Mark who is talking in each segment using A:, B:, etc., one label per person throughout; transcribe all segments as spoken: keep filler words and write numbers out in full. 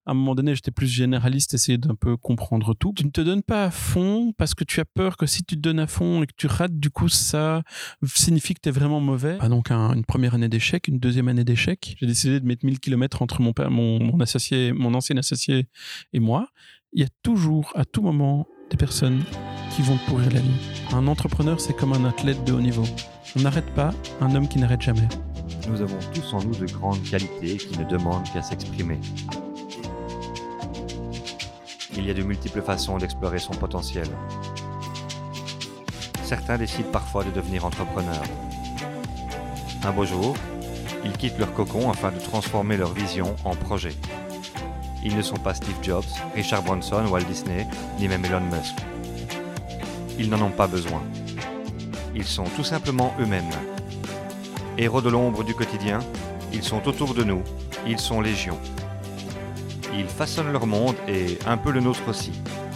A: à un moment donné, j'étais plus généraliste, essayer d'un peu comprendre tout. Tu ne te donnes pas à fond parce que tu as peur que si tu te donnes à fond et que tu rates, du coup, ça signifie que tu es vraiment mauvais. Ah, donc, un, une première année d'échec, une deuxième année d'échec. J'ai décidé de mettre mille kilomètres entre mon, père, mon, mon, associé, mon ancien associé et moi. Il y a toujours, à tout moment, des personnes qui vont te pourrir la vie. Un entrepreneur, c'est comme un athlète de haut niveau. On n'arrête pas, un homme qui n'arrête jamais.
B: Nous avons tous en nous de grandes qualités qui ne demandent qu'à s'exprimer. Il y a de multiples façons d'explorer son potentiel. Certains décident parfois de devenir entrepreneurs. Un beau jour, ils quittent leur cocon afin de transformer leur vision en projet. Ils ne sont pas Steve Jobs, Richard Branson, Walt Disney, ni même Elon Musk. Ils n'en ont pas besoin. Ils sont tout simplement eux-mêmes. Héros de l'ombre du quotidien, ils sont autour de nous, ils sont légion. Ils façonnent leur monde et un peu le nôtre aussi.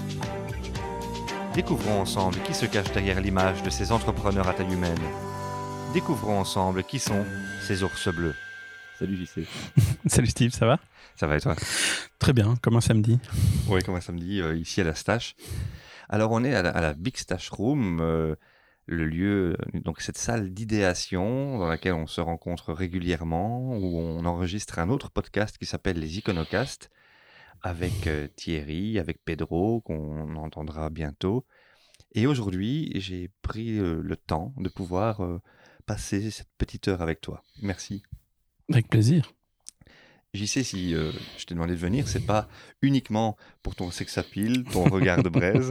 B: Découvrons ensemble qui se cache derrière l'image de ces entrepreneurs à taille humaine. Découvrons ensemble qui sont ces ours bleus. Salut J C.
A: Salut Steve, ça va ?
B: Ça va et toi ?
A: Très bien, comme un samedi.
B: Oui, comme un samedi, euh, ici à la Stache. Alors on est à la, à la Big Stache Room, euh, le lieu, donc cette salle d'idéation dans laquelle on se rencontre régulièrement, où on enregistre un autre podcast qui s'appelle Les Iconocastes, avec euh, Thierry, avec Pedro, qu'on entendra bientôt. Et aujourd'hui, j'ai pris euh, le temps de pouvoir euh, passer cette petite heure avec toi. Merci.
A: Avec plaisir.
B: J'y sais, si euh, je t'ai demandé de venir, c'est pas uniquement pour ton sex appeal, ton regard de braise,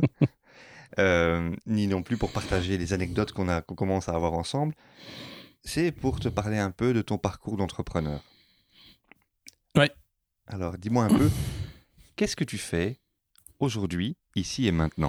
B: euh, ni non plus pour partager les anecdotes qu'on, a, qu'on commence à avoir ensemble. C'est pour te parler un peu de ton parcours d'entrepreneur.
A: Ouais.
B: Alors, dis-moi un peu, qu'est-ce que tu fais aujourd'hui, ici et maintenant ?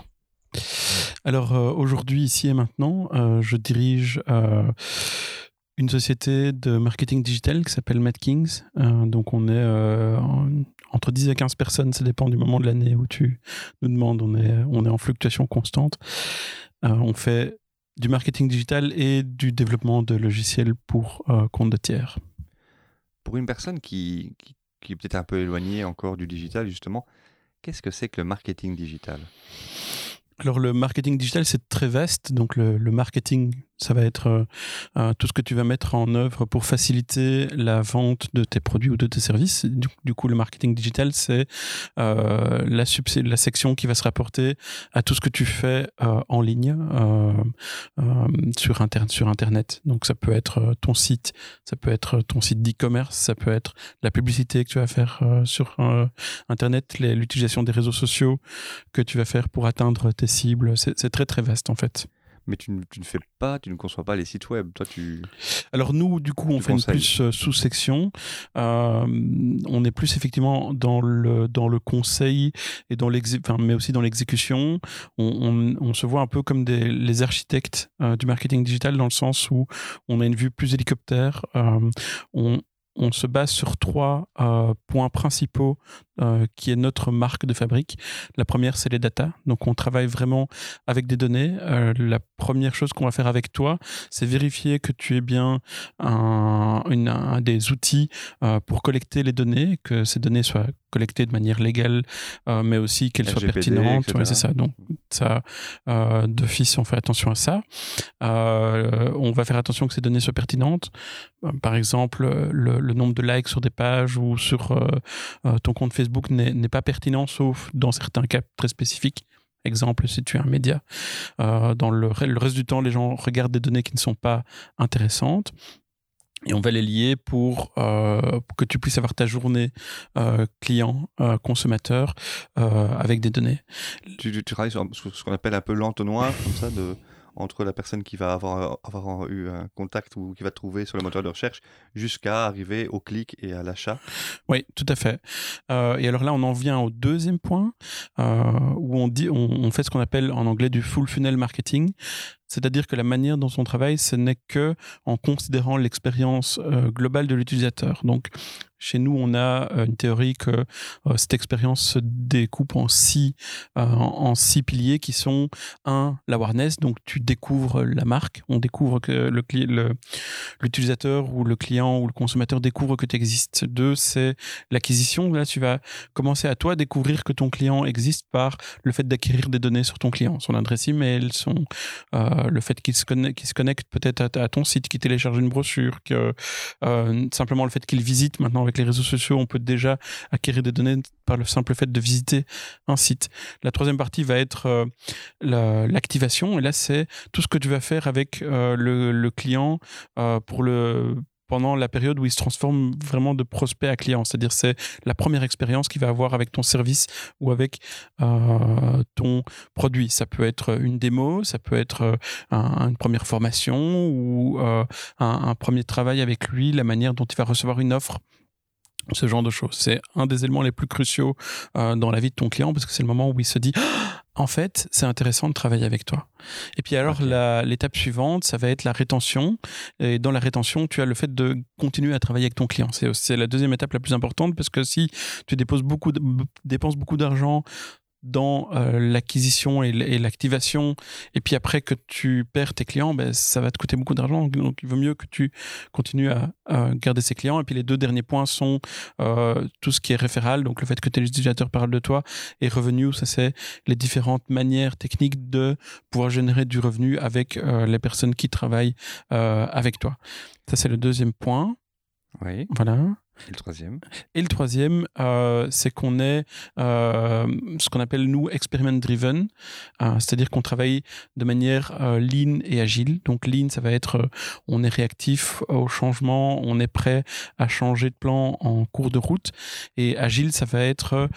A: Alors, euh, aujourd'hui, ici et maintenant, euh, je dirige euh, une société de marketing digital qui s'appelle Mad Kings. Euh, donc, on est euh, en, entre dix et quinze personnes, ça dépend du moment de l'année où tu nous demandes. On est, on est en fluctuation constante. Euh, on fait du marketing digital et du développement de logiciels pour euh, compte de tiers.
B: Pour une personne qui, qui, qui est peut-être un peu éloignée encore du digital, justement, qu'est-ce que c'est que le marketing digital ?
A: Alors, le marketing digital, c'est très vaste. Donc, le, le marketing, ça va être euh, euh, tout ce que tu vas mettre en œuvre pour faciliter la vente de tes produits ou de tes services. Du, du coup, le marketing digital, c'est euh, la, subs- la section qui va se rapporter à tout ce que tu fais euh, en ligne euh, euh, sur, inter- sur Internet. Donc, ça peut être ton site, ça peut être ton site d'e-commerce, ça peut être la publicité que tu vas faire euh, sur euh, Internet, les, l'utilisation des réseaux sociaux que tu vas faire pour atteindre tes cibles. C'est, c'est très, très vaste, en fait.
B: Mais tu, tu ne fais pas, tu ne conçois pas les sites web. Toi, tu.
A: Alors nous, du coup, on fait conseilles. Une plus euh, sous-section. Euh, on est plus effectivement dans le dans le conseil et dans l'exé- enfin, mais aussi dans l'exécution. On, on, on se voit un peu comme des les architectes euh, du marketing digital dans le sens où on a une vue plus hélicoptère. Euh, on On se base sur trois euh, points principaux euh, qui est notre marque de fabrique. La première, c'est les data. Donc, on travaille vraiment avec des données. Euh, la première chose qu'on va faire avec toi, c'est vérifier que tu aies bien un, une, un des outils euh, pour collecter les données, que ces données soient collectées de manière légale, euh, mais aussi qu'elles
B: R G P D,
A: soient pertinentes. Ouais, c'est ça. Donc, ça, euh, d'office, on fait attention à ça. Euh, on va faire attention que ces données soient pertinentes. Euh, par exemple, le, le nombre de likes sur des pages ou sur euh, euh, ton compte Facebook n'est, n'est pas pertinent, sauf dans certains cas très spécifiques. Exemple, si tu es un média. Euh, dans le, le reste du temps, les gens regardent des données qui ne sont pas intéressantes. Et on va les lier pour, euh, pour que tu puisses avoir ta journée euh, client, euh, consommateur, euh, avec des données.
B: Tu, tu, tu travailles sur ce qu'on appelle un peu l'entonnoir, comme ça, de, entre la personne qui va avoir, avoir eu un contact ou qui va trouver sur le moteur de recherche jusqu'à arriver au clic et à l'achat.
A: Oui, tout à fait. Euh, et alors là, on en vient au deuxième point euh, où on, dit, on, on fait ce qu'on appelle en anglais du full funnel marketing. C'est-à-dire que la manière dont on travaille, ce n'est que en considérant l'expérience euh, globale de l'utilisateur. Donc, chez nous, on a euh, une théorie que euh, cette expérience se découpe en six, euh, en, en six piliers qui sont un, l'awareness, donc tu découvres la marque, on découvre que le, le, l'utilisateur ou le client ou le consommateur découvre que tu existes. Deux, c'est l'acquisition. Là, tu vas commencer à toi découvrir que ton client existe par le fait d'acquérir des données sur ton client, son adresse email, son, euh, le fait qu'il se connecte, qu'il se connecte peut-être à, à ton site, qu'il télécharge une brochure, que euh, simplement le fait qu'il visite maintenant avec les réseaux sociaux, on peut déjà acquérir des données par le simple fait de visiter un site. La troisième partie va être euh, la, l'activation, et là c'est tout ce que tu vas faire avec euh, le, le client euh, pour le pendant la période où il se transforme vraiment de prospect à client. C'est-à-dire c'est la première expérience qu'il va avoir avec ton service ou avec euh, ton produit. Ça peut être une démo, ça peut être un, une première formation ou euh, un, un premier travail avec lui, la manière dont il va recevoir une offre. Ce genre de choses. C'est un des éléments les plus cruciaux euh, dans la vie de ton client parce que c'est le moment où il se dit ah, en fait, c'est intéressant de travailler avec toi. Et puis alors, okay. la, l'étape suivante, ça va être la rétention. Et dans la rétention, tu as le fait de continuer à travailler avec ton client. C'est, c'est la deuxième étape la plus importante parce que si tu déposes beaucoup de, dépenses beaucoup d'argent dans euh, l'acquisition et, et l'activation, et puis après que tu perds tes clients, ben, ça va te coûter beaucoup d'argent. Donc, il vaut mieux que tu continues à, à garder ces clients. Et puis, les deux derniers points sont euh, tout ce qui est référal, donc le fait que tes utilisateurs parlent de toi, et revenu, ça c'est les différentes manières techniques de pouvoir générer du revenu avec euh, les personnes qui travaillent euh, avec toi. Ça, c'est le deuxième point.
B: Oui.
A: Voilà.
B: Et le troisième
A: Et le troisième, euh, c'est qu'on est euh, ce qu'on appelle, nous, experiment-driven, euh, c'est-à-dire qu'on travaille de manière euh, lean et agile. Donc, lean, ça va être, euh, on est réactif au changement, on est prêt à changer de plan en cours de route. Et agile, ça va être, euh,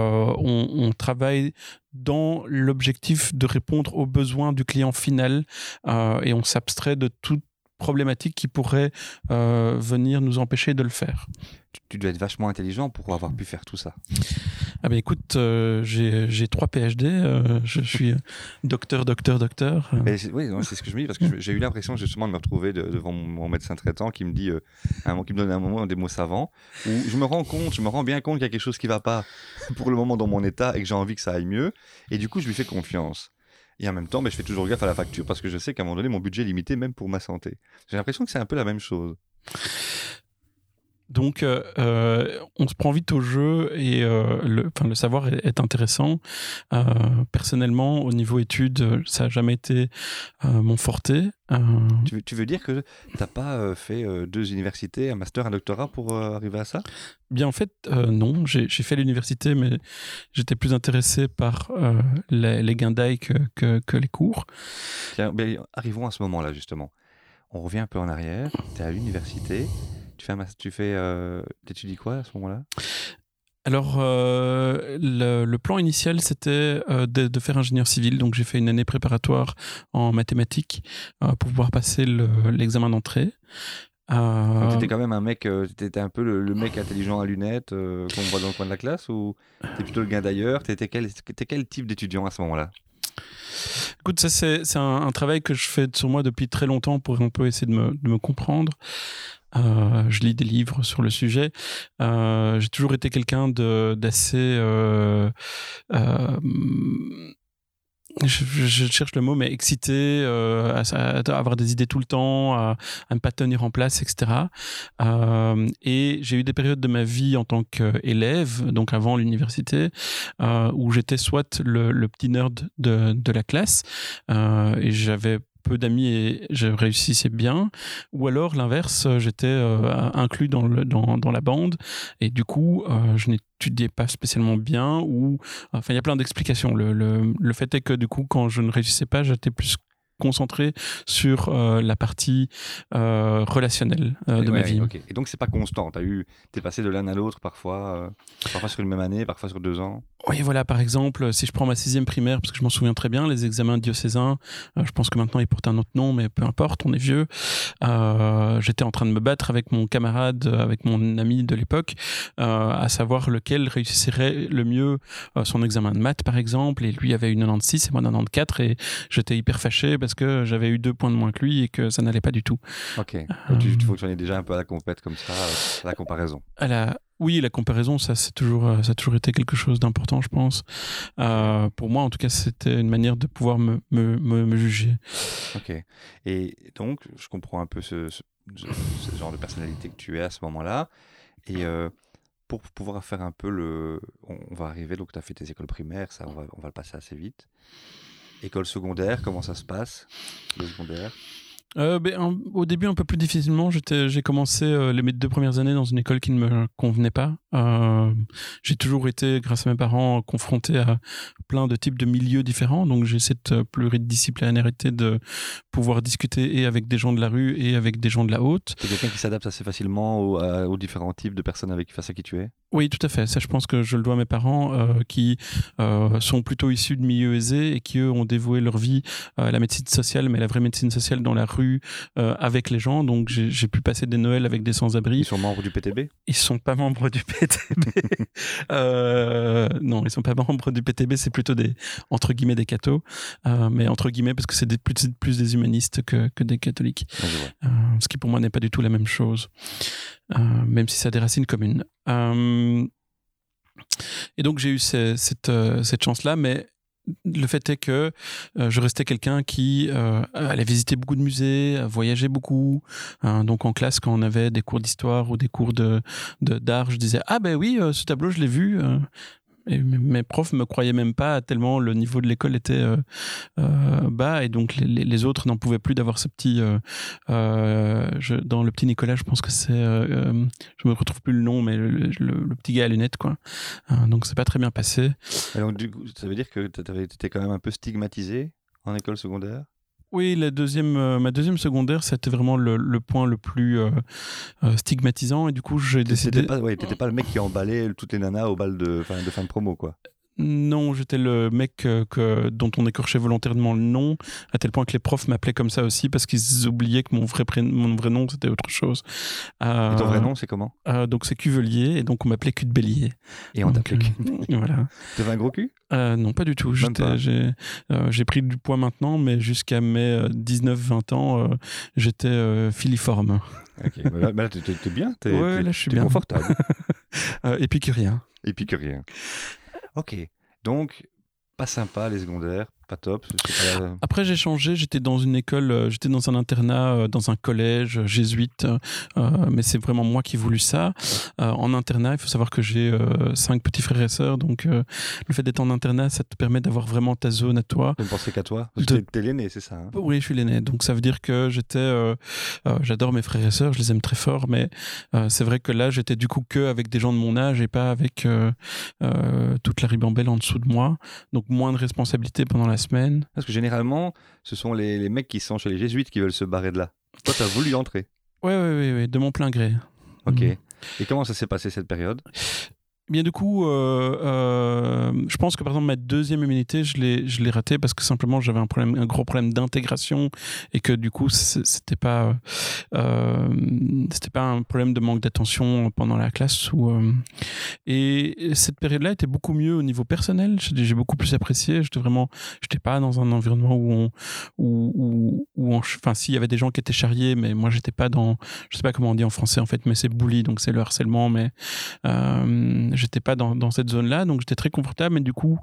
A: on, on travaille dans l'objectif de répondre aux besoins du client final euh, et on s'abstrait de toute problématiques qui pourraient euh, venir nous empêcher de le faire.
B: Tu, tu dois être vachement intelligent pour avoir pu faire tout ça.
A: Ah ben écoute, euh, j'ai, j'ai trois P H D, euh, je suis docteur, docteur, docteur.
B: Mais c'est, oui, non, c'est ce que je me dis, parce que j'ai eu l'impression justement de me retrouver de, devant mon, mon médecin traitant qui me dit, euh, un moment, qui me donne un moment des mots savants, où je me rends compte, je me rends bien compte qu'il y a quelque chose qui ne va pas pour le moment dans mon état et que j'ai envie que ça aille mieux, et du coup je lui fais confiance. Et en même temps, mais je fais toujours gaffe à la facture parce que je sais qu'à un moment donné, mon budget est limité même pour ma santé. J'ai l'impression que c'est un peu la même chose.
A: Donc, euh, euh, on se prend vite au jeu et euh, le, le savoir est, est intéressant. Euh, personnellement, au niveau études, ça n'a jamais été euh, mon forté. Euh...
B: Tu, veux, tu veux dire que tu n'as pas euh, fait euh, deux universités, un master, un doctorat pour euh, arriver à ça ?
A: Bien, en fait, euh, non. J'ai, j'ai fait l'université, mais j'étais plus intéressé par euh, les, les gains d'ail que, que, que les cours.
B: Tiens, mais arrivons à ce moment-là, justement. On revient un peu en arrière. Tu es à l'université. Tu fais, un, tu fais euh, t'étudies quoi à ce moment-là ?
A: Alors, euh, le, le plan initial, c'était euh, de, de faire ingénieur civil. Donc, j'ai fait une année préparatoire en mathématiques euh, pour pouvoir passer le, l'examen d'entrée.
B: Euh... Donc, t'étais quand même un mec, euh, t'étais un peu le, le mec intelligent à lunettes euh, qu'on voit dans le coin de la classe, ou t'es plutôt le gain d'ailleurs ? T'étais quel, t'étais quel type d'étudiant à ce moment-là ?
A: Écoute, ça, c'est, c'est un, un travail que je fais sur moi depuis très longtemps pour un peu essayer de me, de me comprendre. Euh, je lis des livres sur le sujet. Euh, j'ai toujours été quelqu'un de, d'assez... Euh, euh, je, je cherche le mot, mais excité, euh, à, à avoir des idées tout le temps, à, à ne pas tenir en place, et cetera. Euh, et j'ai eu des périodes de ma vie en tant qu'élève, donc avant l'université, euh, où j'étais soit le, le petit nerd de, de la classe, euh, et j'avais peu d'amis et je réussissais bien, ou alors l'inverse, j'étais euh, inclus dans, le, dans, dans la bande et du coup euh, je n'étudiais pas spécialement bien, ou enfin il y a plein d'explications. Le, le, le fait est que du coup quand je ne réussissais pas, j'étais plus concentré sur euh, la partie euh, relationnelle euh, de
B: ouais,
A: ma vie.
B: Okay. Et donc c'est pas constant, t'as eu, t'es passé de l'un à l'autre parfois, euh, parfois sur une même année, parfois sur deux ans.
A: Oui, voilà, par exemple, si je prends ma sixième primaire, parce que je m'en souviens très bien, les examens diocésains, euh, je pense que maintenant ils portent un autre nom, mais peu importe, on est vieux. Euh, j'étais en train de me battre avec mon camarade, avec mon ami de l'époque, euh, à savoir lequel réussirait le mieux euh, son examen de maths, par exemple, et lui avait une quatre-vingt-seize et moi une quatre-vingt-quatorze, et j'étais hyper fâché parce que j'avais eu deux points de moins que lui et que ça n'allait pas du tout.
B: Ok, donc tu, tu fonctionnais déjà un peu à la compète comme ça, à la comparaison.
A: À la... Oui, la comparaison, ça, c'est toujours, ça a toujours été quelque chose d'important, je pense. Euh, pour moi, en tout cas, c'était une manière de pouvoir me, me, me, me juger.
B: Ok. Et donc, je comprends un peu ce, ce, ce genre de personnalité que tu es à ce moment-là. Et euh, pour pouvoir faire un peu le... On, on va arriver, donc tu as fait tes écoles primaires, ça, on va, on va le passer assez vite. École secondaire, comment ça se passe, le secondaire?
A: Euh, ben, un, au début, un peu plus difficilement. J'étais, j'ai commencé euh, les, mes deux premières années dans une école qui ne me convenait pas. Euh, j'ai toujours été, grâce à mes parents, confronté à plein de types de milieux différents. Donc, j'ai cette pluridisciplinarité de pouvoir discuter et avec des gens de la rue et avec des gens de la haute.
B: C'est quelqu'un qui s'adapte assez facilement aux, à, aux différents types de personnes avec, face à qui tu es?
A: Oui, tout à fait. Ça, je pense que je le dois à mes parents euh, qui euh, sont plutôt issus de milieux aisés et qui, eux, ont dévoué leur vie à la médecine sociale, mais la vraie médecine sociale dans la rue euh, avec les gens. Donc, j'ai, j'ai pu passer des Noëls avec des sans-abri.
B: Ils sont membres du P T B?
A: Ils sont pas membres du P T B. euh, non, ils sont pas membres du P T B. C'est plutôt des, entre guillemets, des cathos. Euh, mais entre guillemets, parce que c'est des, plus, plus des humanistes que, que des catholiques.
B: Ouais, je vois.
A: Euh, ce qui, pour moi, n'est pas du tout la même chose. Euh, même si ça a des racines communes. Euh, et donc j'ai eu ces, cette, euh, cette chance-là, mais le fait est que euh, je restais quelqu'un qui euh, allait visiter beaucoup de musées, voyageait beaucoup. Hein, donc en classe, quand on avait des cours d'histoire ou des cours de, de, d'art, je disais « Ah ben oui, euh, ce tableau, je l'ai vu euh. ». Et mes profs me croyaient même pas tellement le niveau de l'école était euh, euh, bas et donc les, les autres n'en pouvaient plus d'avoir ce petit euh, euh, je, dans le petit Nicolas je pense que c'est euh, je me retrouve plus le nom mais le, le, le petit gars à lunettes quoi euh, donc c'est pas très bien passé.
B: Et donc du coup ça veut dire que tu étais quand même un peu stigmatisé en école secondaire?
A: Oui, la deuxième, euh, ma deuxième secondaire, c'était vraiment le, le point le plus euh, euh, stigmatisant. Et du coup, j'ai décidé...
B: T'étais pas, ouais, t'étais pas le mec qui emballait toutes les nanas au bal de fin de, fin de promo, quoi.
A: Non, j'étais le mec euh, que, dont on écorchait volontairement le nom, à tel point que les profs m'appelaient comme ça aussi, parce qu'ils oubliaient que mon vrai, prénom, mon vrai nom, c'était autre chose.
B: Euh, et ton vrai nom, c'est comment?
A: euh, Donc c'est Cuvelier, et donc on m'appelait Cul de Bélier.
B: Et on t'appelait Cul
A: de Bélier. Voilà.
B: T'avais un gros cul?
A: euh, Non, pas du tout. J'étais, j'ai, euh, j'ai pris du poids maintenant, mais jusqu'à mes euh, dix-neuf vingt ans, euh, j'étais euh, filiforme.
B: Ok, bah là, bah là t'es, t'es bien, t'es,
A: ouais,
B: t'es,
A: là, je suis
B: t'es
A: bien.
B: confortable.
A: euh, épicurien.
B: Épicurien. Ok, donc pas sympa les secondaires, pas top. C'est pas la...
A: Après j'ai changé, j'étais dans une école, euh, j'étais dans un internat, euh, dans un collège euh, jésuite, euh, mais c'est vraiment moi qui ai voulu ça. Euh, en internat, il faut savoir que j'ai euh, cinq petits frères et sœurs, donc euh, le fait d'être en internat, ça te permet d'avoir vraiment ta zone à toi.
B: Je ne pensais qu'à toi, parce que de... t'es l'aîné, c'est ça hein?
A: Oui, je suis l'aîné, donc ça veut dire que j'étais, euh, euh, j'adore mes frères et sœurs, je les aime très fort, mais euh, c'est vrai que là j'étais du coup que avec des gens de mon âge et pas avec euh, euh, toute la ribambelle en dessous de moi, donc moins de responsabilités pendant la semaine.
B: Parce que généralement, ce sont les, les mecs qui sont chez les jésuites qui veulent se barrer de là. Toi, tu as voulu y entrer.
A: Oui, oui, oui, ouais, de mon plein gré.
B: Ok.
A: Mmh.
B: Et comment ça s'est passé cette période ?
A: Bien du coup, euh, euh, je pense que par exemple ma deuxième immunité, je l'ai, je l'ai ratée parce que simplement j'avais un problème, un gros problème d'intégration et que du coup c'était pas, euh, c'était pas un problème de manque d'attention pendant la classe. Où, euh, et cette période-là était beaucoup mieux au niveau personnel. J'ai, j'ai beaucoup plus apprécié. J'étais vraiment, j'étais pas dans un environnement où on, où, où, où on, enfin s'il y avait des gens qui étaient charriés, mais moi j'étais pas dans, je sais pas comment on dit en français en fait, mais c'est bully, donc c'est le harcèlement, mais euh, j'étais pas dans, dans cette zone-là, donc j'étais très confortable, mais du coup,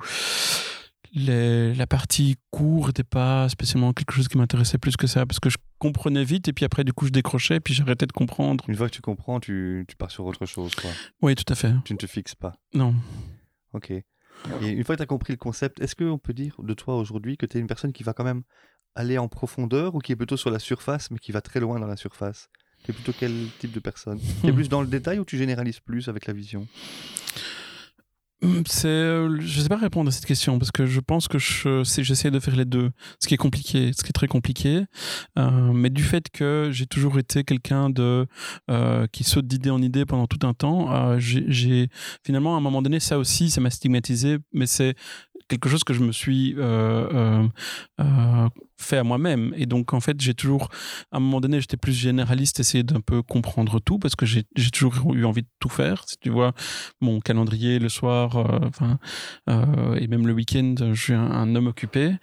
A: les, la partie cours n'était pas spécialement quelque chose qui m'intéressait plus que ça, parce que je comprenais vite, et puis après, du coup, je décrochais, et puis j'arrêtais de comprendre.
B: Une fois que tu comprends, tu, tu pars sur autre chose, quoi.
A: Oui, tout à fait.
B: Tu ne te fixes pas.
A: Non.
B: Ok. Et une fois que tu as compris le concept, est-ce qu'on peut dire de toi aujourd'hui que tu es une personne qui va quand même aller en profondeur, ou qui est plutôt sur la surface, mais qui va très loin dans la surface ? Tu es plutôt quel type de personne ? Tu es plus dans le détail ou tu généralises plus avec la vision ?
A: C'est, euh, je sais pas répondre à cette question parce que je pense que je, c'est, j'essaie de faire les deux, ce qui est compliqué, ce qui est très compliqué. Euh, mais du fait que j'ai toujours été quelqu'un de euh, qui saute d'idée en idée pendant tout un temps, euh, j'ai, j'ai finalement à un moment donné ça aussi, ça m'a stigmatisé, mais c'est quelque chose que je me suis euh, euh, euh, fait à moi-même. Et donc, en fait, j'ai toujours, à un moment donné, j'étais plus généraliste, essayer d'un peu comprendre tout, parce que j'ai, j'ai toujours eu envie de tout faire. Si tu vois mon calendrier le soir, euh, enfin, euh, et même le week-end, je suis un, un homme occupé.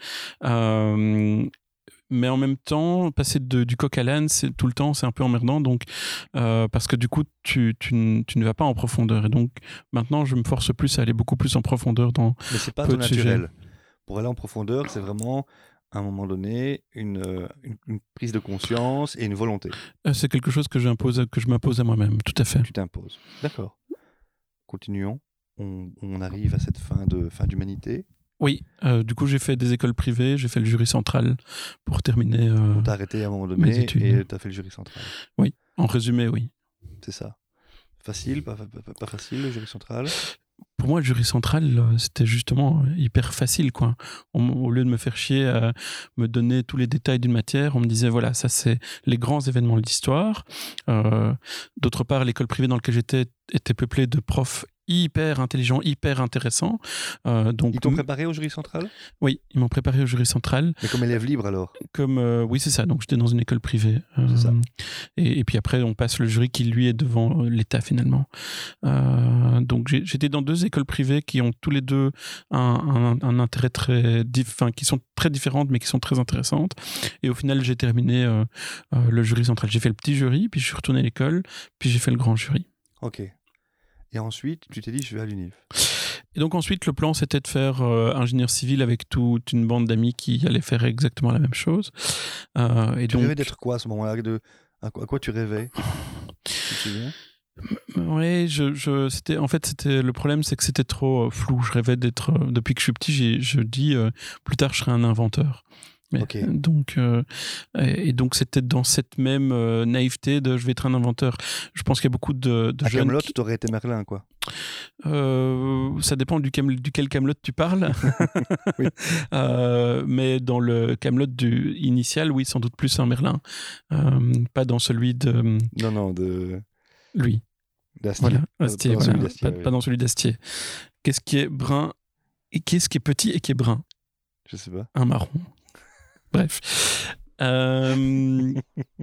A: Euh, mais en même temps, passer de, du coq à l'âne, c'est tout le temps, c'est un peu emmerdant. Donc, euh, parce que du coup, tu, tu, tu ne vas pas en profondeur. Et donc, maintenant, je me force plus à aller beaucoup plus en profondeur dans.
B: Mais c'est pas ton naturel. Pour aller en profondeur, c'est vraiment, à un moment donné, une, une, une prise de conscience et une volonté.
A: Euh, c'est quelque chose que j'impose, que je m'impose à moi-même, tout à fait.
B: Tu t'imposes. D'accord. Continuons. On, on arrive à cette fin, de, fin d'humanité.
A: Oui, euh, du coup j'ai fait des écoles privées, j'ai fait le jury central pour terminer. Euh,
B: on t'a arrêté à un moment donné et t'as fait le jury central.
A: Oui, en résumé, oui.
B: C'est ça. Facile, pas, pas, pas facile le jury central?
A: Pour moi, le jury central, c'était justement hyper facile, quoi. On, au lieu de me faire chier à me donner tous les détails d'une matière, on me disait, voilà, ça c'est les grands événements de l'histoire. Euh, d'autre part, l'école privée dans laquelle j'étais était peuplée de profs hyper intelligent, hyper intéressant. Euh, donc,
B: ils t'ont préparé au jury central?
A: Oui, ils m'ont préparé au jury central.
B: Mais comme élève libre alors?
A: Comme, euh, oui, c'est ça. Donc j'étais dans une école privée. Euh,
B: c'est ça.
A: Et, et puis après, on passe le jury qui, lui, est devant l'État finalement. Euh, donc j'ai, j'étais dans deux écoles privées qui ont tous les deux un, un, un intérêt très... Enfin, qui sont très différentes, mais qui sont très intéressantes. Et au final, j'ai terminé euh, euh, le jury central. J'ai fait le petit jury, puis je suis retourné à l'école, puis j'ai fait le grand jury.
B: Ok. Et ensuite, tu t'es dit, je vais à l'U N I F.
A: Et donc ensuite, le plan, c'était de faire euh, ingénieur civil avec toute une bande d'amis qui allaient faire exactement la même chose. Euh, et
B: tu
A: donc...
B: rêvais d'être quoi à ce moment-là? De... À quoi, à quoi tu rêvais? Tu te souviens?
A: Oui, je, je, c'était, en fait, c'était, le problème, c'est que c'était trop euh, flou. Je rêvais d'être... Euh, depuis que je suis petit, j'ai, je dis, euh, plus tard, je serai un inventeur. Mais,
B: okay.
A: donc, euh, et, et donc, c'était dans cette même euh, naïveté de je vais être un inventeur. Je pense qu'il y a beaucoup de, de
B: à
A: jeunes.
B: Kaamelott,
A: qui...
B: t'aurais été Merlin, quoi.
A: Euh, ça dépend du cam... duquel Kaamelott tu parles.
B: Oui.
A: euh, mais dans le Kaamelott du initial, oui, sans doute plus un Merlin. Euh, pas dans celui de.
B: Non, non, de.
A: Lui.
B: D'Astier.
A: Voilà, Astier,
B: pas, dans
A: voilà.
B: d'Astier,
A: pas,
B: oui.
A: pas dans celui d'Astier. Qu'est-ce qui est brun et qu'est-ce qui est petit et qui est brun?
B: Je sais pas.
A: Un marron. Bref. Euh...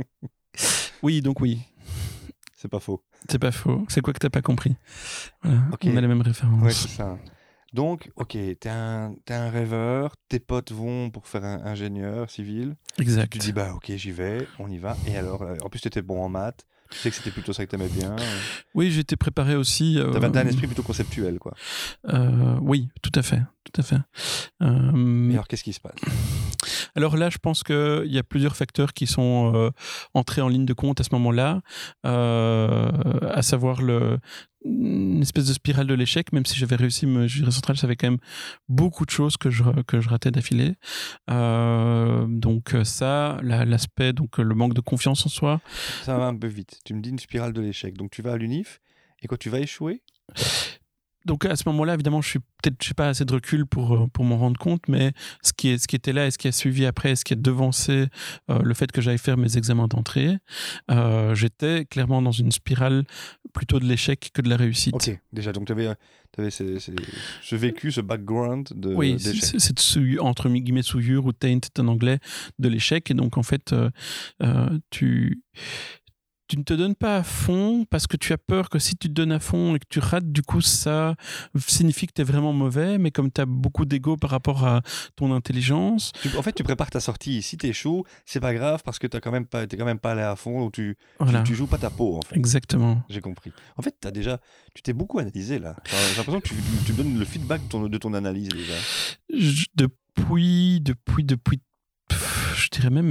A: oui, donc oui.
B: C'est pas faux.
A: C'est pas faux. C'est quoi que t'as pas compris? Voilà.
B: Okay.
A: On a la même référence.
B: Ouais, c'est ça. Donc, ok, t'es un, t'es un rêveur, tes potes vont pour faire un ingénieur civil.
A: Exact.
B: Tu te dis, bah ok, j'y vais, on y va. Et alors, euh, en plus, t'étais bon en maths. Tu sais que c'était plutôt ça que t'aimais bien.
A: Oui, j'étais préparé aussi. Euh,
B: T'avais un esprit plutôt conceptuel, quoi.
A: Euh, oui, tout à fait, tout à fait. Euh,
B: Et alors, qu'est-ce qui se passe?
A: Alors là, je pense qu'il y a plusieurs facteurs qui sont euh, entrés en ligne de compte à ce moment-là, euh, à savoir le, une espèce de spirale de l'échec. Même si j'avais réussi me jury central, ça avait quand même beaucoup de choses que je, que je ratais d'affilée. Euh, donc ça, la, l'aspect, donc le manque de confiance en soi.
B: Ça va un peu vite. Tu me dis une spirale de l'échec. Donc tu vas à l'U N I F et quoi, tu vas échouer?
A: Donc à ce moment-là, évidemment, je suis peut-être, je n'ai pas assez de recul pour pour m'en rendre compte, mais ce qui est ce qui était là et ce qui a suivi après, ce qui a devancé euh, le fait que j'aille faire mes examens d'entrée, euh, j'étais clairement dans une spirale plutôt de l'échec que de la réussite.
B: Ok, déjà, donc tu avais, avais ce, ce, ce vécu, ce background de
A: oui,
B: d'échec.
A: C'est, c'est souillure, entre guillemets souillure ou taint en anglais de l'échec, et donc en fait, euh, euh, tu tu ne te donnes pas à fond parce que tu as peur que si tu te donnes à fond et que tu rates, du coup, ça signifie que tu es vraiment mauvais, mais comme tu as beaucoup d'ego par rapport à ton intelligence...
B: Tu, en fait, tu prépares ta sortie. Si tu échoues, c'est pas grave parce que tu n'es quand même pas, t'es quand même pas allé à fond, ou tu,
A: voilà.
B: tu, tu joues pas ta peau, en fait.
A: Exactement.
B: J'ai compris. En fait, t'as déjà, tu t'es beaucoup analysé, là. Enfin, j'ai l'impression que tu, tu donnes le feedback de ton, de ton analyse, déjà.
A: Je, depuis, depuis, depuis, pff, je dirais même, mais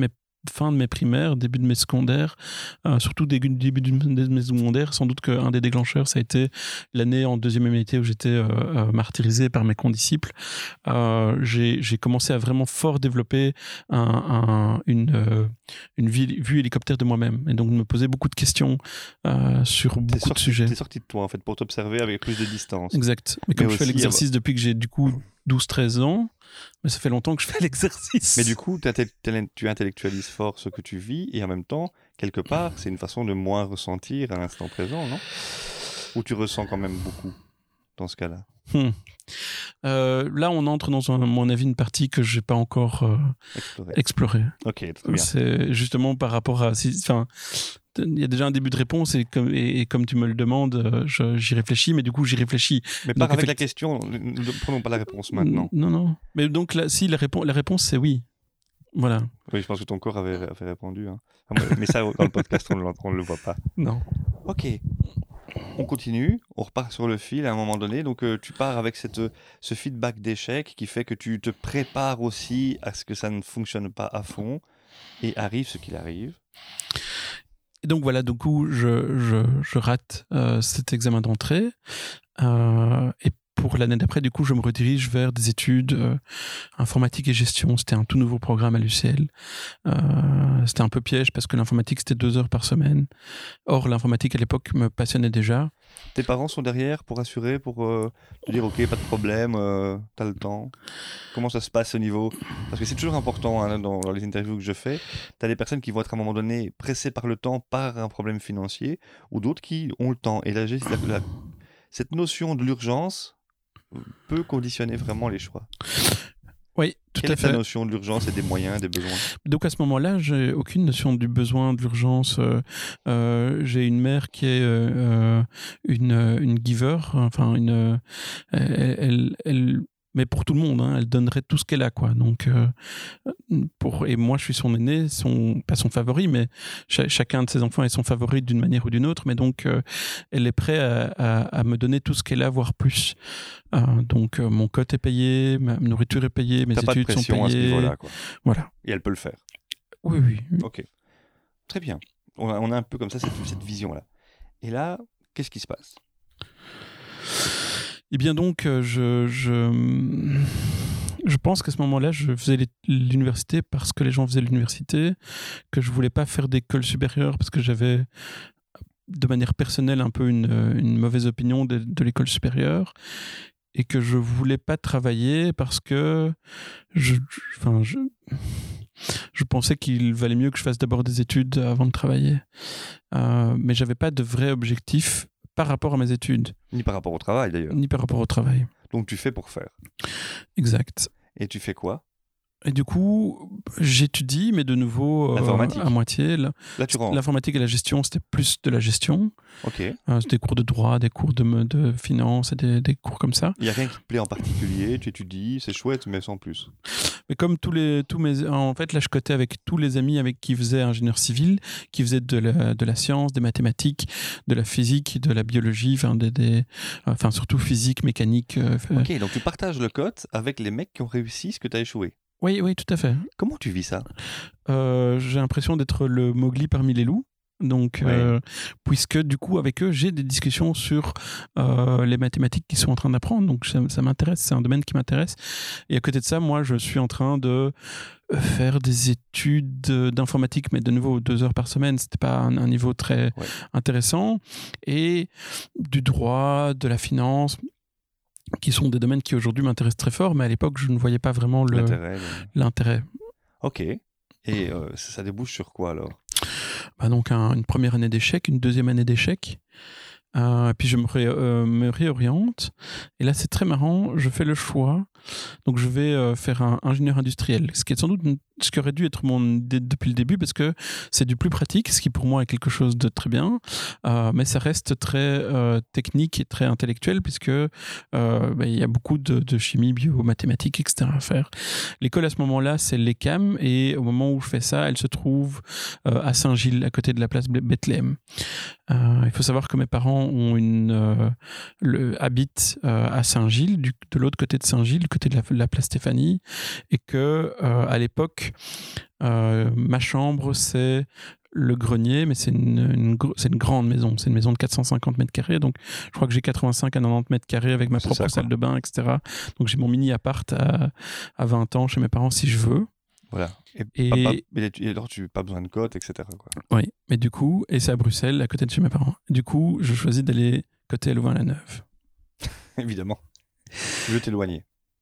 A: fin de mes primaires, début de mes secondaires, euh, surtout début, début de mes secondaires. Sans doute qu'un des déclencheurs, ça a été l'année en deuxième humanité où j'étais euh, euh, martyrisé par mes condisciples. Euh, j'ai, j'ai commencé à vraiment fort développer un, un, une, euh, une vue, vue hélicoptère de moi-même et donc me poser beaucoup de questions euh, sur
C: t'es
A: beaucoup
C: sorti,
A: de sujets.
C: T'es sorti de toi en fait pour t'observer avec plus de distance.
A: Exact. Mais comme
C: Mais
A: je fais
C: aussi,
A: l'exercice depuis que j'ai du coup douze treize ans, mais ça fait longtemps que je fais l'exercice.
C: Mais du coup, tu intellectualises fort ce que tu vis et en même temps, quelque part, c'est une façon de moins ressentir à l'instant présent, non ? Ou tu ressens quand même beaucoup dans ce cas-là ?
A: Hmm. Euh, là, on entre dans, un, à mon avis, une partie que je n'ai pas encore euh, explorée. Exploré.
C: Ok, très bien.
A: C'est justement par rapport à... Enfin, il y a déjà un début de réponse et comme, et, et comme tu me le demandes, je, j'y réfléchis, mais du coup, j'y réfléchis.
C: Mais pas avec effect... la question, ne prenons pas la réponse maintenant.
A: Non, non. Mais donc, là, si, la, répo- la réponse, c'est oui. Voilà.
C: Oui, je pense que ton corps avait, avait répondu. Hein. Mais ça, dans le podcast, on ne le voit pas.
A: Non.
C: Ok. On continue, on repart sur le fil à un moment donné. Donc, euh, tu pars avec cette, ce feedback d'échec qui fait que tu te prépares aussi à ce que ça ne fonctionne pas à fond et arrive ce qu'il arrive.
A: Et donc voilà, du coup, je, je, je rate euh, cet examen d'entrée. Euh, et pour l'année d'après, du coup, je me redirige vers des études euh, informatique et gestion. C'était un tout nouveau programme à l'U C L. Euh, c'était un peu piège parce que l'informatique, c'était deux heures par semaine. Or, l'informatique, à l'époque, me passionnait déjà.
C: Tes parents sont derrière pour assurer, pour euh, te dire « Ok, pas de problème, euh, t'as le temps ». Comment ça se passe au niveau ? Parce que c'est toujours important hein, dans, dans les interviews que je fais. T'as des personnes qui vont être à un moment donné pressées par le temps, par un problème financier, ou d'autres qui ont le temps. Et là, la, la, cette notion de l'urgence peut conditionner vraiment les choix.
A: Oui, tout
C: Quelle
A: à
C: est
A: fait.
C: ta notion de l'urgence et des moyens, des besoins ?
A: Donc à ce moment-là, j'ai aucune notion du besoin, de l'urgence. Euh, euh, j'ai une mère qui est euh, une, une giver, enfin une, euh, elle, elle, elle, mais pour tout le monde, hein, elle donnerait tout ce qu'elle a, quoi. Donc euh, pour et moi, je suis son aîné, son pas son favori, mais ch- chacun de ses enfants est son favori d'une manière ou d'une autre. Mais donc euh, elle est prête à, à, à me donner tout ce qu'elle a, voire plus. Euh, donc euh, mon cote est payé, ma nourriture est payée, mes
C: T'as
A: études
C: pas de
A: sont payées.
C: à ce niveau-là, quoi.
A: Voilà.
C: Et elle peut le faire.
A: Oui, oui. oui.
C: Ok. Très bien. On a, on a un peu comme ça cette, cette vision-là. Et là, qu'est-ce qui se passe ?
A: Eh bien donc, je, je, je pense qu'à ce moment-là, je faisais l'université parce que les gens faisaient l'université, que je voulais pas faire d'école supérieure parce que j'avais de manière personnelle un peu une, une mauvaise opinion de, de l'école supérieure et que je voulais pas travailler parce que je, enfin, je, je pensais qu'il valait mieux que je fasse d'abord des études avant de travailler. Euh, mais j'avais pas de vrai objectif par rapport à mes études.
C: Ni par rapport au travail d'ailleurs.
A: Ni par rapport au travail.
C: Donc tu fais pour faire.
A: Exact.
C: Et tu fais quoi ?
A: Et du coup, j'étudie, mais de nouveau euh, à moitié. Là,
C: là tu rentres.
A: L'informatique et la gestion, c'était plus de la gestion.
C: Ok.
A: Euh, c'était des cours de droit, des cours de, de finance et des, des cours comme ça.
C: Il n'y a rien qui te plaît en particulier, tu étudies, c'est chouette, mais sans plus.
A: Mais comme tous les, tous mes, en fait, là, je cotais avec tous les amis avec qui faisaient ingénieur civil, qui faisaient de la, de la science, des mathématiques, de la physique, de la biologie, enfin, des, des, enfin surtout physique, mécanique. Euh,
C: ok, donc tu partages le code avec les mecs qui ont réussi ce que tu as échoué.
A: Oui, oui, tout à fait.
C: Comment tu vis ça ?
A: euh, J'ai l'impression d'être le Mowgli parmi les loups. Donc, ouais. euh, puisque du coup, avec eux, j'ai des discussions sur euh, les mathématiques qu'ils sont en train d'apprendre. Donc, ça, ça m'intéresse, c'est un domaine qui m'intéresse. Et à côté de ça, moi, je suis en train de faire des études d'informatique, mais de nouveau, deux heures par semaine, c'était pas un, un niveau très ouais. intéressant. Et du droit, de la finance, qui sont des domaines qui aujourd'hui m'intéressent très fort, mais à l'époque, je ne voyais pas vraiment le, l'intérêt. l'intérêt.
C: Ok. Et euh, ça débouche sur quoi alors ?
A: Bah donc un, une première année d'échec, une deuxième année d'échec, euh, puis je me, ré, euh, me réoriente, et là c'est très marrant, je fais le choix, donc je vais euh, faire un ingénieur industriel, ce qui est sans doute une, ce qui aurait dû être mon idée depuis le début, parce que c'est du plus pratique, ce qui pour moi est quelque chose de très bien, euh, mais ça reste très euh, technique et très intellectuel, puisque euh, bah, y a beaucoup de, de chimie, bio, mathématiques, et cetera à faire. L'école à ce moment-là, c'est l'E C A M, et au moment où je fais ça, elle se trouve euh, à Saint-Gilles, à côté de la place Bethléem. Euh, il faut savoir que mes parents parents ont une, euh, le, habitent euh, à Saint-Gilles, du, de l'autre côté de Saint-Gilles, du côté de la, la place Stéphanie, et que euh, à l'époque, euh, ma chambre, c'est le grenier, mais c'est une, une, c'est une grande maison. C'est une maison de quatre cent cinquante mètres carrés. Donc, je crois que j'ai quatre-vingt-cinq à quatre-vingt-dix mètres carrés avec ma
C: c'est
A: propre
C: ça,
A: salle de bain, et cetera. Donc, j'ai mon mini appart à, à vingt ans chez mes parents si je veux.
C: Voilà. Et,
A: Et-
C: pas, pas- et alors, tu n'as pas besoin de cote, et cetera. Quoi.
A: Oui, mais du coup, et c'est à Bruxelles, à côté de chez mes parents. Du coup, je choisis d'aller côté Louvain-la-Neuve.
C: Évidemment. Tu veux t'éloigner.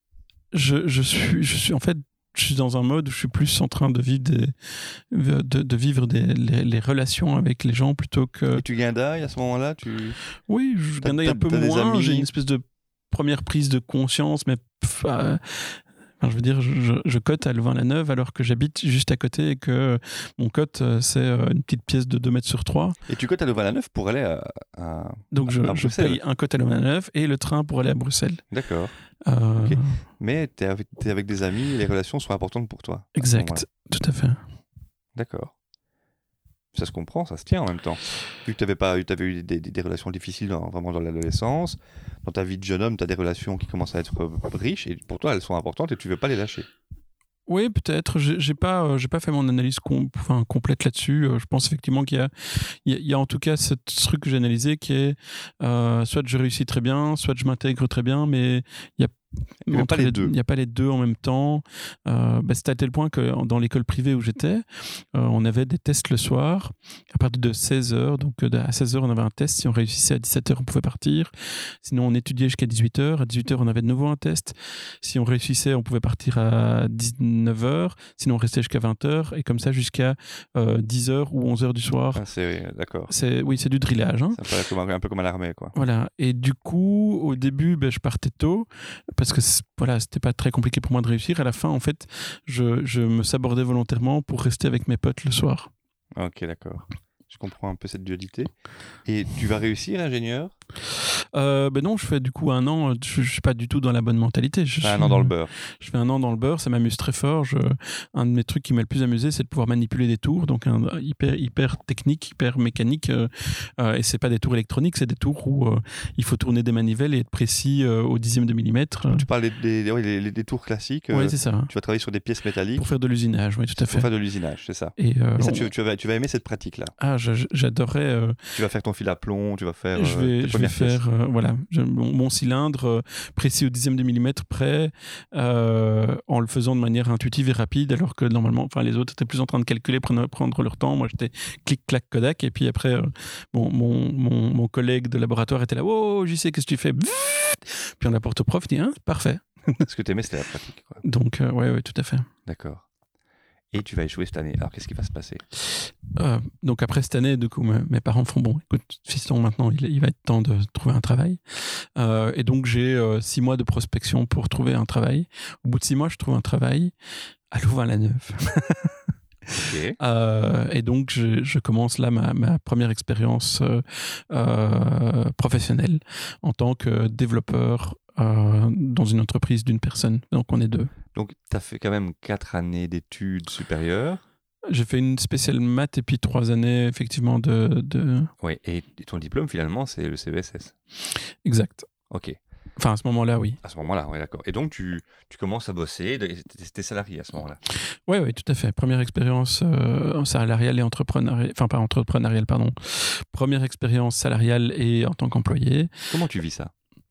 A: Je, je, suis, je suis en fait, je suis dans un mode où je suis plus en train de vivre des, de, de vivre des, les, les relations avec les gens plutôt que.
C: Et tu guindailles à ce moment-là tu...
A: Oui, je
C: T'as-
A: gagne un
C: t'as-
A: peu
C: t'as des
A: moins.
C: amis
A: J'ai une espèce de première prise de conscience, mais pff, euh, enfin, je veux dire, je, je cote à Louvain-la-Neuve alors que j'habite juste à côté et que mon cote, euh, c'est euh, une petite pièce de deux mètres sur trois.
C: Et tu cotes à Louvain-la-Neuve pour aller à... à-
A: Donc je,
C: à
A: je
C: Bruxelles.
A: paye un cote à Louvain-la-Neuve et le train pour aller à Bruxelles.
C: D'accord.
A: Euh,
C: Ok. Mais tu es avec, t'es avec des amis et les relations sont importantes pour toi. à ce moment-là.
A: Exact, tout à fait.
C: D'accord. Ça se comprend, ça se tient en même temps. Vu que tu avais, pas, t'avais eu des, des, des relations difficiles dans, vraiment dans l'adolescence, dans ta vie de jeune homme, tu as des relations qui commencent à être euh, riches et pour toi elles sont importantes et tu veux pas les lâcher.
A: Oui, peut-être. J'ai j'ai pas, euh, j'ai pas fait mon analyse com- enfin, complète là-dessus. Euh, je pense effectivement qu'il y a, il y a, il y a en tout cas ce truc que j'ai analysé qui est euh, soit je réussis très bien, soit je m'intègre très bien, mais il y a
C: Il y a
A: entre
C: pas les deux.
A: Il n'y a pas les deux en même temps. Euh, bah, c'était à tel point que dans l'école privée où j'étais, euh, on avait des tests le soir à partir de seize heures. Donc euh, à seize heures, on avait un test. Si on réussissait à dix-sept heures, on pouvait partir. Sinon, on étudiait jusqu'à dix-huit heures. À dix-huit heures, on avait de nouveau un test. Si on réussissait, on pouvait partir à dix-neuf heures. Sinon, on restait jusqu'à vingt heures. Et comme ça, jusqu'à euh, dix heures ou onze heures du soir.
C: Ah, c'est, d'accord.
A: C'est, oui, c'est du drillage. Hein.
C: C'est un peu, comme, un peu comme à l'armée, quoi.
A: Voilà. Et du coup, au début, ben, je partais tôt parce que voilà, c'était pas très compliqué pour moi de réussir. À la fin, en fait, je, je me sabordais volontairement pour rester avec mes potes le soir.
C: Ok, d'accord. Je comprends un peu cette dualité. Et tu vas réussir, ingénieur
A: euh, Ben non, je fais du coup un an, je, je suis pas du tout dans la bonne mentalité. Je,
C: Enfin, un
A: suis-
C: an dans le beurre.
A: Je fais un an dans le beurre, ça m'amuse très fort. Je, un de mes trucs qui m'a le plus amusé, c'est de pouvoir manipuler des tours, donc un, hyper, hyper technique, hyper mécanique. Euh, euh, et c'est pas des tours électroniques, c'est des tours où euh, il faut tourner des manivelles et être précis euh, au dixième de millimètre.
C: Tu parles des, des, des, ouais, les, les tours classiques.
A: Oui,
C: euh,
A: c'est ça.
C: tu vas travailler sur des pièces métalliques
A: Pour faire de l'usinage, oui, tout à fait.
C: pour faire de l'usinage, c'est ça.
A: Et, euh,
C: Et ça,
A: on-
C: tu, tu, vas, tu vas aimer cette pratique-là.
A: Ah, je- je- j'adorais. euh,
C: Tu vas faire ton fil à plomb, tu vas faire
A: je
C: euh,
A: vais,
C: tes
A: je vais
C: premières pièces.
A: faire, euh, voilà, je- mon, mon cylindre euh, précis au dixième de millimètre près, euh, en le faisant de manière intuitive et rapide, alors que normalement, enfin, les autres étaient plus en train de calculer, prendre, prendre leur temps. Moi, j'étais clic, clac, Kodak. Et puis après, euh, bon, mon, mon, mon collègue de laboratoire était là. Oh, j'y sais, qu'est-ce que tu fais? Puis on apporte au prof, il dit, hein, parfait.
C: Ce que tu aimais, c'était la pratique. Quoi.
A: Donc, euh, ouais, ouais, tout à fait.
C: D'accord. Et tu vas échouer cette année. Alors, qu'est-ce qui va se passer
A: Euh, donc après cette année, du coup, mes, mes parents font bon, écoute, fiston, maintenant, il, il va être temps de trouver un travail. Euh, et donc j'ai euh, six mois de prospection pour trouver un travail. Au bout de six mois, je trouve un travail à Louvain-la-Neuve.
C: Ok.
A: Euh, et donc je, je commence là ma, ma première expérience euh, euh, professionnelle en tant que développeur euh, dans une entreprise d'une personne. Donc on est deux.
C: Donc, tu as fait quand même quatre années d'études supérieures.
A: J'ai fait une spéciale maths et puis trois années effectivement de... de...
C: Oui, et ton diplôme, finalement, c'est le C B S S.
A: Exact.
C: Ok.
A: Enfin à ce moment-là, oui.
C: À ce moment-là, oui, d'accord. Et donc, tu, tu commences à bosser, tu es salarié à ce moment-là.
A: Oui, oui, tout à fait. Première expérience euh, salariale et entrepreneuriale, enfin pas entrepreneuriale, pardon. Première expérience salariale et en tant qu'employé.
C: Comment tu vis ça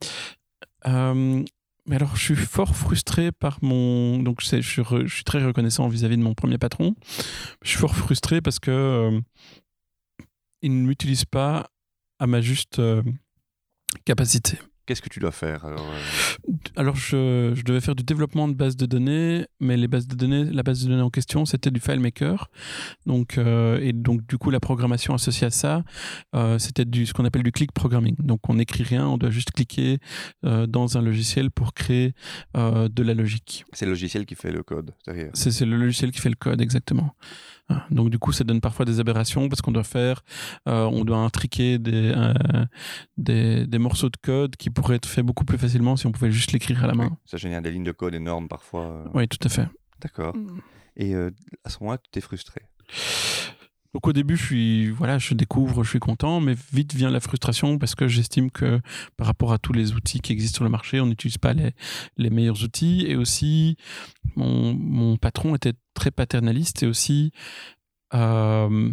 A: Euh, mais alors, je suis fort frustré par mon... Donc, c'est- je suis, re- je suis très reconnaissant vis-à-vis de mon premier patron. Je suis fort frustré parce que euh, il ne m'utilise pas à ma juste euh, capacité.
C: Qu'est-ce que tu dois faire alors, euh,
A: Alors, je, je devais faire du développement de bases de données, mais les bases de données, la base de données en question, c'était du FileMaker. Donc, euh, et donc, du coup, la programmation associée à ça, euh, c'était du, ce qu'on appelle du click programming. Donc, on n'écrit rien, on doit juste cliquer euh, dans un logiciel pour créer euh, de la logique.
C: C'est le logiciel qui fait le code derrière.
A: C'est, c'est le logiciel qui fait le code, exactement. Ah, donc, du coup, ça donne parfois des aberrations parce qu'on doit faire, euh, on doit intriquer des, euh, des, des morceaux de code qui pourraient être faits beaucoup plus facilement si on pouvait juste l'écrire à la main.
C: Oui, ça génère des lignes de code énormes parfois. euh.
A: Oui, tout à fait.
C: D'accord. Et euh, à ce moment-là, tu t'es frustré.
A: Donc au début, je suis, voilà, je découvre, je suis content, mais vite vient la frustration parce que j'estime que par rapport à tous les outils qui existent sur le marché, on n'utilise pas les, les meilleurs outils. Et aussi, mon, mon patron était très paternaliste et aussi, euh,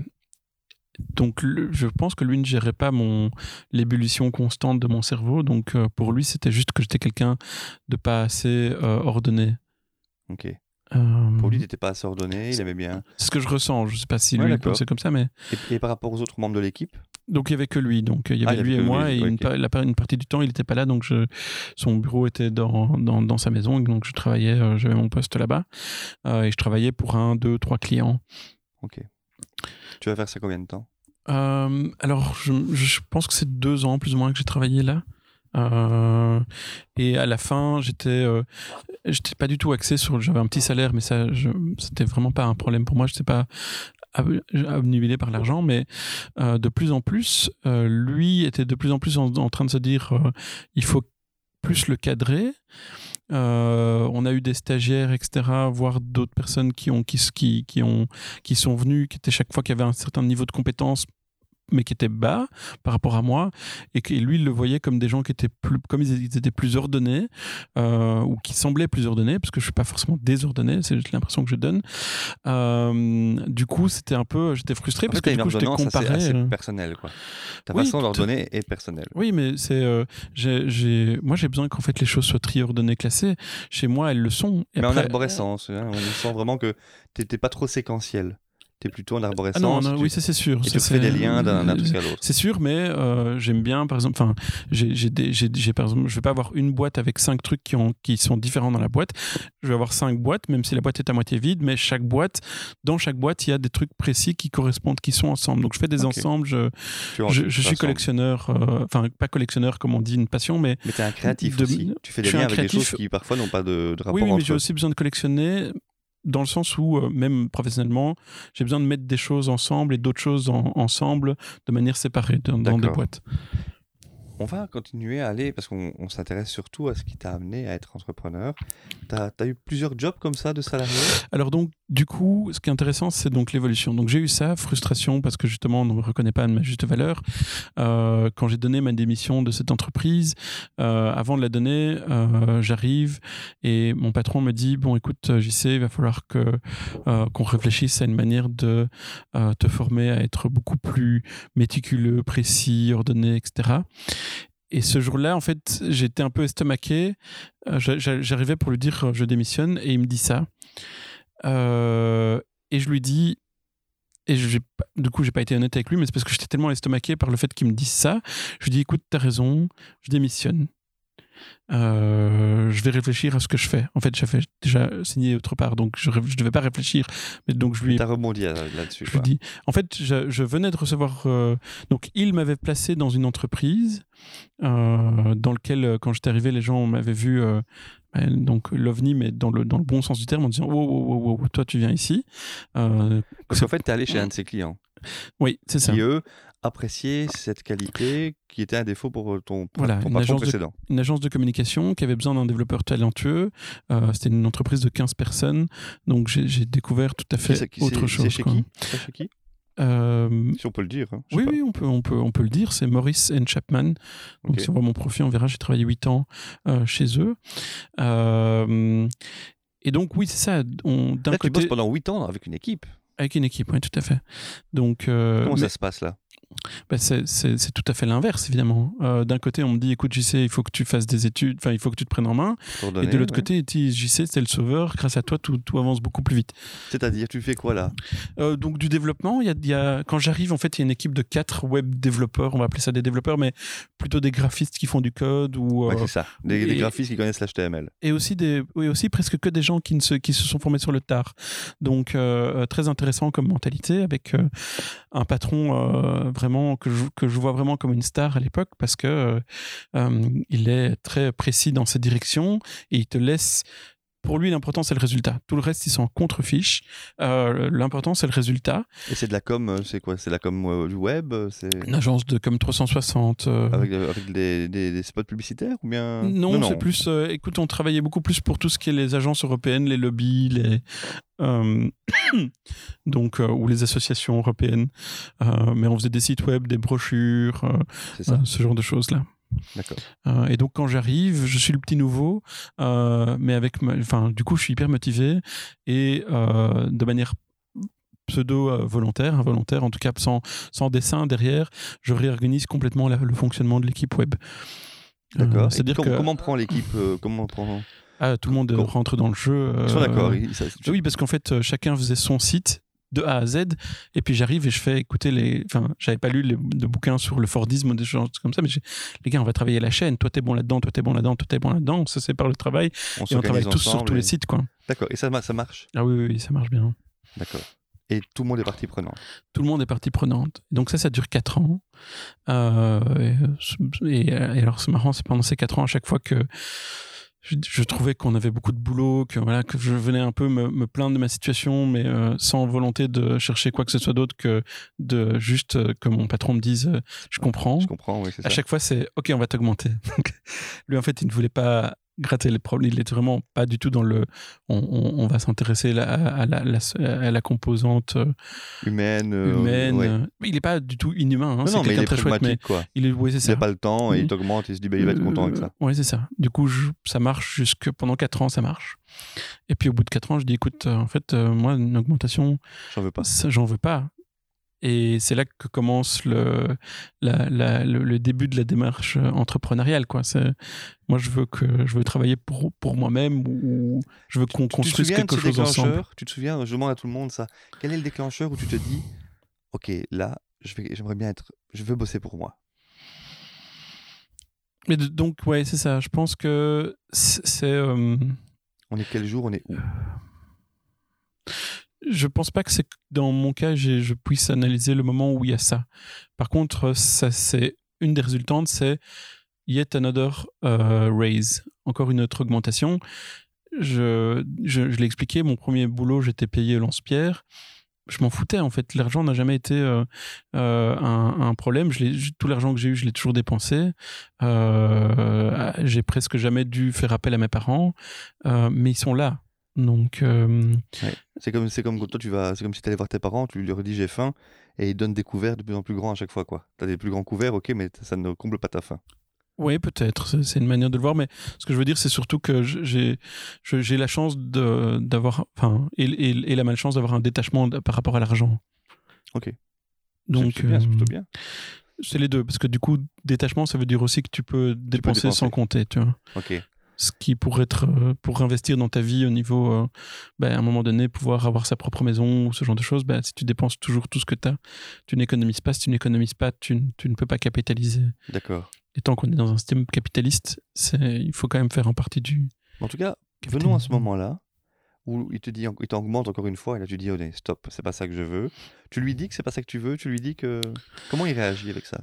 A: donc le, je pense que lui ne gérait pas mon, l'ébullition constante de mon cerveau. Donc euh, pour lui, c'était juste que j'étais quelqu'un de pas assez euh, ordonné.
C: Ok.
A: Euh,
C: Pour lui, il n'était pas assez ordonné, il aimait bien.
A: C'est ce que je ressens. Je ne sais pas si
C: Ouais,
A: lui
C: d'accord.
A: pensait comme ça, mais.
C: Et, et par rapport aux autres membres de l'équipe?
A: Donc il y avait que lui, donc il y
C: Ah,
A: avait
C: il y
A: lui
C: avait
A: et
C: que
A: moi,
C: lui,
A: et une,
C: ok.
A: pa- la, une partie du temps il n'était pas là, donc je, son bureau était dans, dans, dans sa maison, donc je travaillais, euh, j'avais mon poste là-bas, euh, et je travaillais pour un, deux, trois clients.
C: Ok. Tu vas faire ça combien de temps?
A: Euh, alors je, je pense que c'est deux ans plus ou moins que j'ai travaillé là. Euh, et à la fin, j'étais, euh, j'étais pas du tout axé sur. J'avais un petit salaire, mais ça, je, c'était vraiment pas un problème pour moi. Je n'étais pas ab- obnubilé par l'argent, mais euh, de plus en plus, euh, lui était de plus en plus en, en train de se dire, euh, il faut plus le cadrer. Euh, on a eu des stagiaires, et cetera, voire d'autres personnes qui ont, qui, qui, qui ont, qui sont venues, qui étaient chaque fois qu'il y avait un certain niveau de compétence, mais qui était bas par rapport à moi, et que lui il le voyait comme des gens qui étaient plus, comme ils étaient plus ordonnés, euh, ou qui semblaient plus ordonnés, parce que je suis pas forcément désordonné, c'est juste l'impression que je donne. Euh, du coup, c'était un peu, j'étais frustré
C: En
A: parce
C: fait,
A: que
C: t'as
A: du
C: une
A: coup, j'étais
C: ordonnance assez,
A: comparé.
C: assez
A: euh,
C: personnelle, quoi. Ta
A: Oui,
C: façon
A: tout-
C: d'ordonner est personnelle.
A: Oui, mais c'est, euh, j'ai, j'ai, moi j'ai besoin qu'en fait les choses soient triées, ordonnées, classées. Chez moi, elles le sont. Et
C: Mais
A: après-
C: en arborescence, hein, on sent vraiment que t'étais pas trop séquentiel. T'es plutôt en
A: Ah
C: arborescence.
A: non, non,
C: tu-
A: oui, ça c'est sûr.
C: et
A: Ça,
C: tu fais
A: c'est-
C: des liens d'un d'un truc à l'autre.
A: C'est sûr, mais euh, j'aime bien, par exemple, enfin, j'ai, j'ai, des- j'ai, j'ai, par exemple, je vais pas avoir une boîte avec cinq trucs qui, ont, qui sont différents dans la boîte. Je vais avoir cinq boîtes, même si la boîte est à moitié vide, mais chaque boîte, dans chaque boîte, il y a des trucs précis qui correspondent, qui sont ensemble. Donc je fais des
C: Ok.
A: ensembles. Je,
C: Tu vois,
A: je,
C: tu
A: je suis
C: rassembles.
A: collectionneur, euh, enfin pas collectionneur comme on dit, une passion, mais
C: Mais t'es un créatif
A: de-
C: aussi. Tu fais des
A: je suis
C: liens
A: un
C: avec des
A: créatif.
C: choses qui parfois n'ont pas de, de rapport
A: oui, oui, mais
C: entre
A: j'ai
C: eux.
A: aussi besoin de collectionner. Dans le sens où, euh, même professionnellement, j'ai besoin de mettre des choses ensemble et d'autres choses en- ensemble de manière séparée dans, dans des
C: D'accord.
A: boîtes.
C: On va continuer à aller, parce qu'on on s'intéresse surtout à ce qui t'a amené à être entrepreneur. T'as as eu plusieurs jobs comme ça de salarié?
A: Alors donc, du coup, ce qui est intéressant, c'est donc l'évolution. Donc j'ai eu ça, frustration, parce que justement, on ne me reconnaît pas à ma juste valeur. Euh, quand j'ai donné ma démission de cette entreprise, euh, avant de la donner, euh, j'arrive et mon patron me dit, bon, écoute, J C, il va falloir que, euh, qu'on réfléchisse à une manière de euh, te former à être beaucoup plus méticuleux, précis, ordonné, et cetera. Et ce jour-là, en fait, j'étais un peu estomaqué. Euh, j'a- j'a- J'arrivais pour lui dire euh, je démissionne et il me dit ça. Euh, et je lui dis, et j'ai pas- du coup, j'ai pas été honnête avec lui, mais c'est parce que j'étais tellement estomaqué par le fait qu'il me dise ça. Je lui dis écoute, t'as raison, je démissionne. Euh, je vais réfléchir à ce que je fais. En fait, j'avais déjà signé autre part, donc je ne devais pas réfléchir. Mais donc je lui ai
C: T'as rebondi là- là-dessus.
A: je lui
C: quoi.
A: dis, en fait, je, je venais de recevoir. euh, donc, il m'avait placé dans une entreprise euh, dans lequel, euh, quand j'étais arrivé, les gens m'avaient vu. euh, euh, donc l'OVNI, mais dans le, dans le bon sens du terme, en disant wow, wow, wow, wow, toi tu viens ici. Euh,
C: Parce qu'en fait, t'es allé chez un de ses clients
A: oui, c'est ça.
C: qui, eux, appréciaient cette qualité qui était un défaut pour ton,
A: Voilà,
C: ton
A: une
C: patron
A: agence de-
C: précédent.
A: Une agence de communication qui avait besoin d'un développeur talentueux. Euh, C'était une entreprise de quinze personnes. Donc j'ai j'ai découvert tout à fait
C: C'est- c'est-
A: autre
C: c'est
A: chose.
C: chez
A: quoi.
C: qui C'est chez qui
A: Euh,
C: Si on peut le dire. hein, je sais
A: Oui,
C: pas.
A: oui, on peut, on, peut, on peut le dire. C'est Morris and Chapman. Donc,
C: Ok.
A: si on voit mon profil, on verra, j'ai travaillé huit ans euh, chez eux. Euh, et donc, oui, c'est ça. On- D'un
C: Là, tu
A: côté,
C: bosses pendant huit ans avec une équipe.
A: avec une équipe, oui, tout à fait. Donc, euh,
C: Comment
A: mais-
C: ça se passe là
A: bah, c'est c'est- c'est tout à fait l'inverse, évidemment. Euh, D'un côté, on me dit, écoute, J C, il faut que tu fasses des études, enfin, il faut que tu te prennes en main.
C: pour
A: Et
C: donner,
A: de l'autre
C: ouais.
A: côté, il dit, J C, c'est le sauveur. Grâce à toi, tout, tout avance beaucoup plus vite.
C: C'est-à-dire, tu fais quoi là
A: Euh, donc du développement, il y a, il y a- quand j'arrive, en fait, il y a une équipe de quatre web développeurs, on va appeler ça des développeurs, mais plutôt des graphistes qui font du code ou
C: Ouais,
A: euh,
C: c'est ça. Des, des
A: et-
C: graphistes qui connaissent l'H T M L.
A: et aussi des, oui, aussi presque que des gens qui ne se, qui se sont formés sur le tard. Donc euh, très intéressant comme mentalité avec euh, un patron euh, vraiment que je, que je vois vraiment comme une star à l'époque parce que euh, euh, il est très précis dans ses directions et il te laisse pour lui, l'important, c'est le résultat. Tout le reste, ils sont en contre-fiche. Euh, l'important, c'est le résultat.
C: Et c'est de la com, c'est quoi? C'est de la com euh, du web? C'est...
A: Une agence de com trois cent soixante. Euh...
C: Avec, avec des, des, des spots publicitaires ou bien...
A: Non, non, non. c'est plus... Euh, écoute, on travaillait beaucoup plus pour tout ce qui est les agences européennes, les lobbies, les... Euh, donc, euh, ou les associations européennes. Euh, mais on faisait des sites web, des brochures, euh,
C: c'est ça.
A: Euh, ce genre de choses-là.
C: D'accord.
A: Euh, et donc quand j'arrive, je suis le petit nouveau, euh, mais avec, ma... enfin, du coup, je suis hyper motivé et euh, de manière pseudo volontaire, involontaire, en tout cas sans, sans dessin derrière, je réorganise complètement la, le fonctionnement de l'équipe web.
C: D'accord. Euh, c'est-à-dire com- que... comment prend l'équipe euh, comment prend...
A: Ah, tout le monde Com- rentre dans le jeu.
C: Ils sont euh... d'accord.
A: Ça... Oui, parce qu'en fait, chacun faisait son site de A à Z, et puis j'arrive et je fais écouter les... Enfin, j'avais pas lu les, de bouquins sur le Fordisme ou des choses comme ça, mais les gars, on va travailler la chaîne. Toi, t'es bon là-dedans, toi, t'es bon là-dedans, toi, t'es bon là-dedans. On se sépare le travail
C: on
A: et on travaille tous sur tous
C: et...
A: les sites, quoi.
C: D'accord. Et ça, ça marche?
A: Ah oui, oui, oui, ça marche bien.
C: D'accord. Et tout le monde est partie prenante?
A: Tout le monde est partie prenante. Donc ça, ça dure quatre ans. Euh, et, et, et alors, c'est marrant, c'est pendant ces quatre ans, à chaque fois que Je, je trouvais qu'on avait beaucoup de boulot, que, voilà, que je venais un peu me, me plaindre de ma situation, mais euh, sans volonté de chercher quoi que ce soit d'autre que de juste euh, que mon patron me dise euh, je comprends.
C: Je comprends, oui, c'est ça.
A: À chaque fois, c'est OK, on va t'augmenter. Lui, en fait, il ne voulait pas gratter les problèmes. Il était vraiment pas du tout dans le on, on, on va s'intéresser à, à, la, la, à la composante
C: humaine. Euh,
A: humaine.
C: ouais.
A: Il n'est pas du tout inhumain. Hein,
C: non,
A: c'est
C: non, mais il est
A: très chouette, mais
C: quoi.
A: il est, ouais, c'est ça.
C: Il n'a pas le temps et il t'augmente et il se dit bah, il va être content avec ça.
A: Euh, oui, c'est ça. Du coup, je, ça marche jusque pendant quatre ans, ça marche. Et puis au bout de quatre ans, je dis écoute, euh, en fait, euh, moi, une augmentation,
C: j'en veux pas.
A: Ça, j'en veux pas. Et c'est là que commence le, la, la, le, le début de la démarche entrepreneuriale, quoi. C'est, moi, je veux, que, je veux travailler pour, pour moi-même ou je veux qu'on construise quelque chose ensemble.
C: Tu te souviens, je demande à tout le monde ça, quel est le déclencheur où tu te dis, ok, là, je vais, j'aimerais bien être, je veux bosser pour moi.
A: Mais de, donc, ouais, c'est ça. Je pense que c'est... Euh...
C: On est quel jour, on est où?
A: Je pense pas que c'est dans mon cas, j'ai, je puisse analyser le moment où il y a ça. Par contre, ça, c'est une des résultantes, c'est yet another uh, raise, encore une autre augmentation. Je, je, je l'ai expliqué, mon premier boulot, j'étais payé lance-pierre. Je m'en foutais, en fait. L'argent n'a jamais été euh, euh, un, un problème. Je l'ai, tout l'argent que j'ai eu, je l'ai toujours dépensé. Euh, j'ai presque jamais dû faire appel à mes parents, euh, mais ils sont là. Donc, euh...
C: ouais. c'est comme c'est comme quand toi tu vas, c'est comme si tu allais voir tes parents, tu leur dis j'ai faim et ils donnent des couverts de plus en plus grands à chaque fois, quoi. T'as des plus grands couverts, ok, mais ça ne comble pas ta faim.
A: Oui, peut-être, c'est, c'est une manière de le voir, mais ce que je veux dire, c'est surtout que j'ai j'ai la chance de d'avoir, enfin, et, et, et la malchance d'avoir un détachement de, par rapport à l'argent.
C: Ok.
A: Donc,
C: c'est, c'est bien, c'est plutôt bien.
A: C'est les deux, parce que du coup, détachement, ça veut dire aussi que tu peux dépenser, tu peux dépenser. sans compter, tu vois.
C: Ok.
A: Ce qui pourrait être pour investir dans ta vie au niveau, euh, ben, à un moment donné, pouvoir avoir sa propre maison ou ce genre de choses, ben, si tu dépenses toujours tout ce que tu as, tu n'économises pas. Si tu n'économises pas, tu, tu ne peux pas capitaliser.
C: D'accord.
A: Et tant qu'on est dans un système capitaliste, c'est, il faut quand même faire en partie du...
C: En tout cas, venons à ce moment-là où il te dit, il t'augmente encore une fois et là tu dis, oh, stop, c'est pas ça que je veux. Tu lui dis que c'est pas ça que tu veux, tu lui dis que... Comment il réagit avec ça?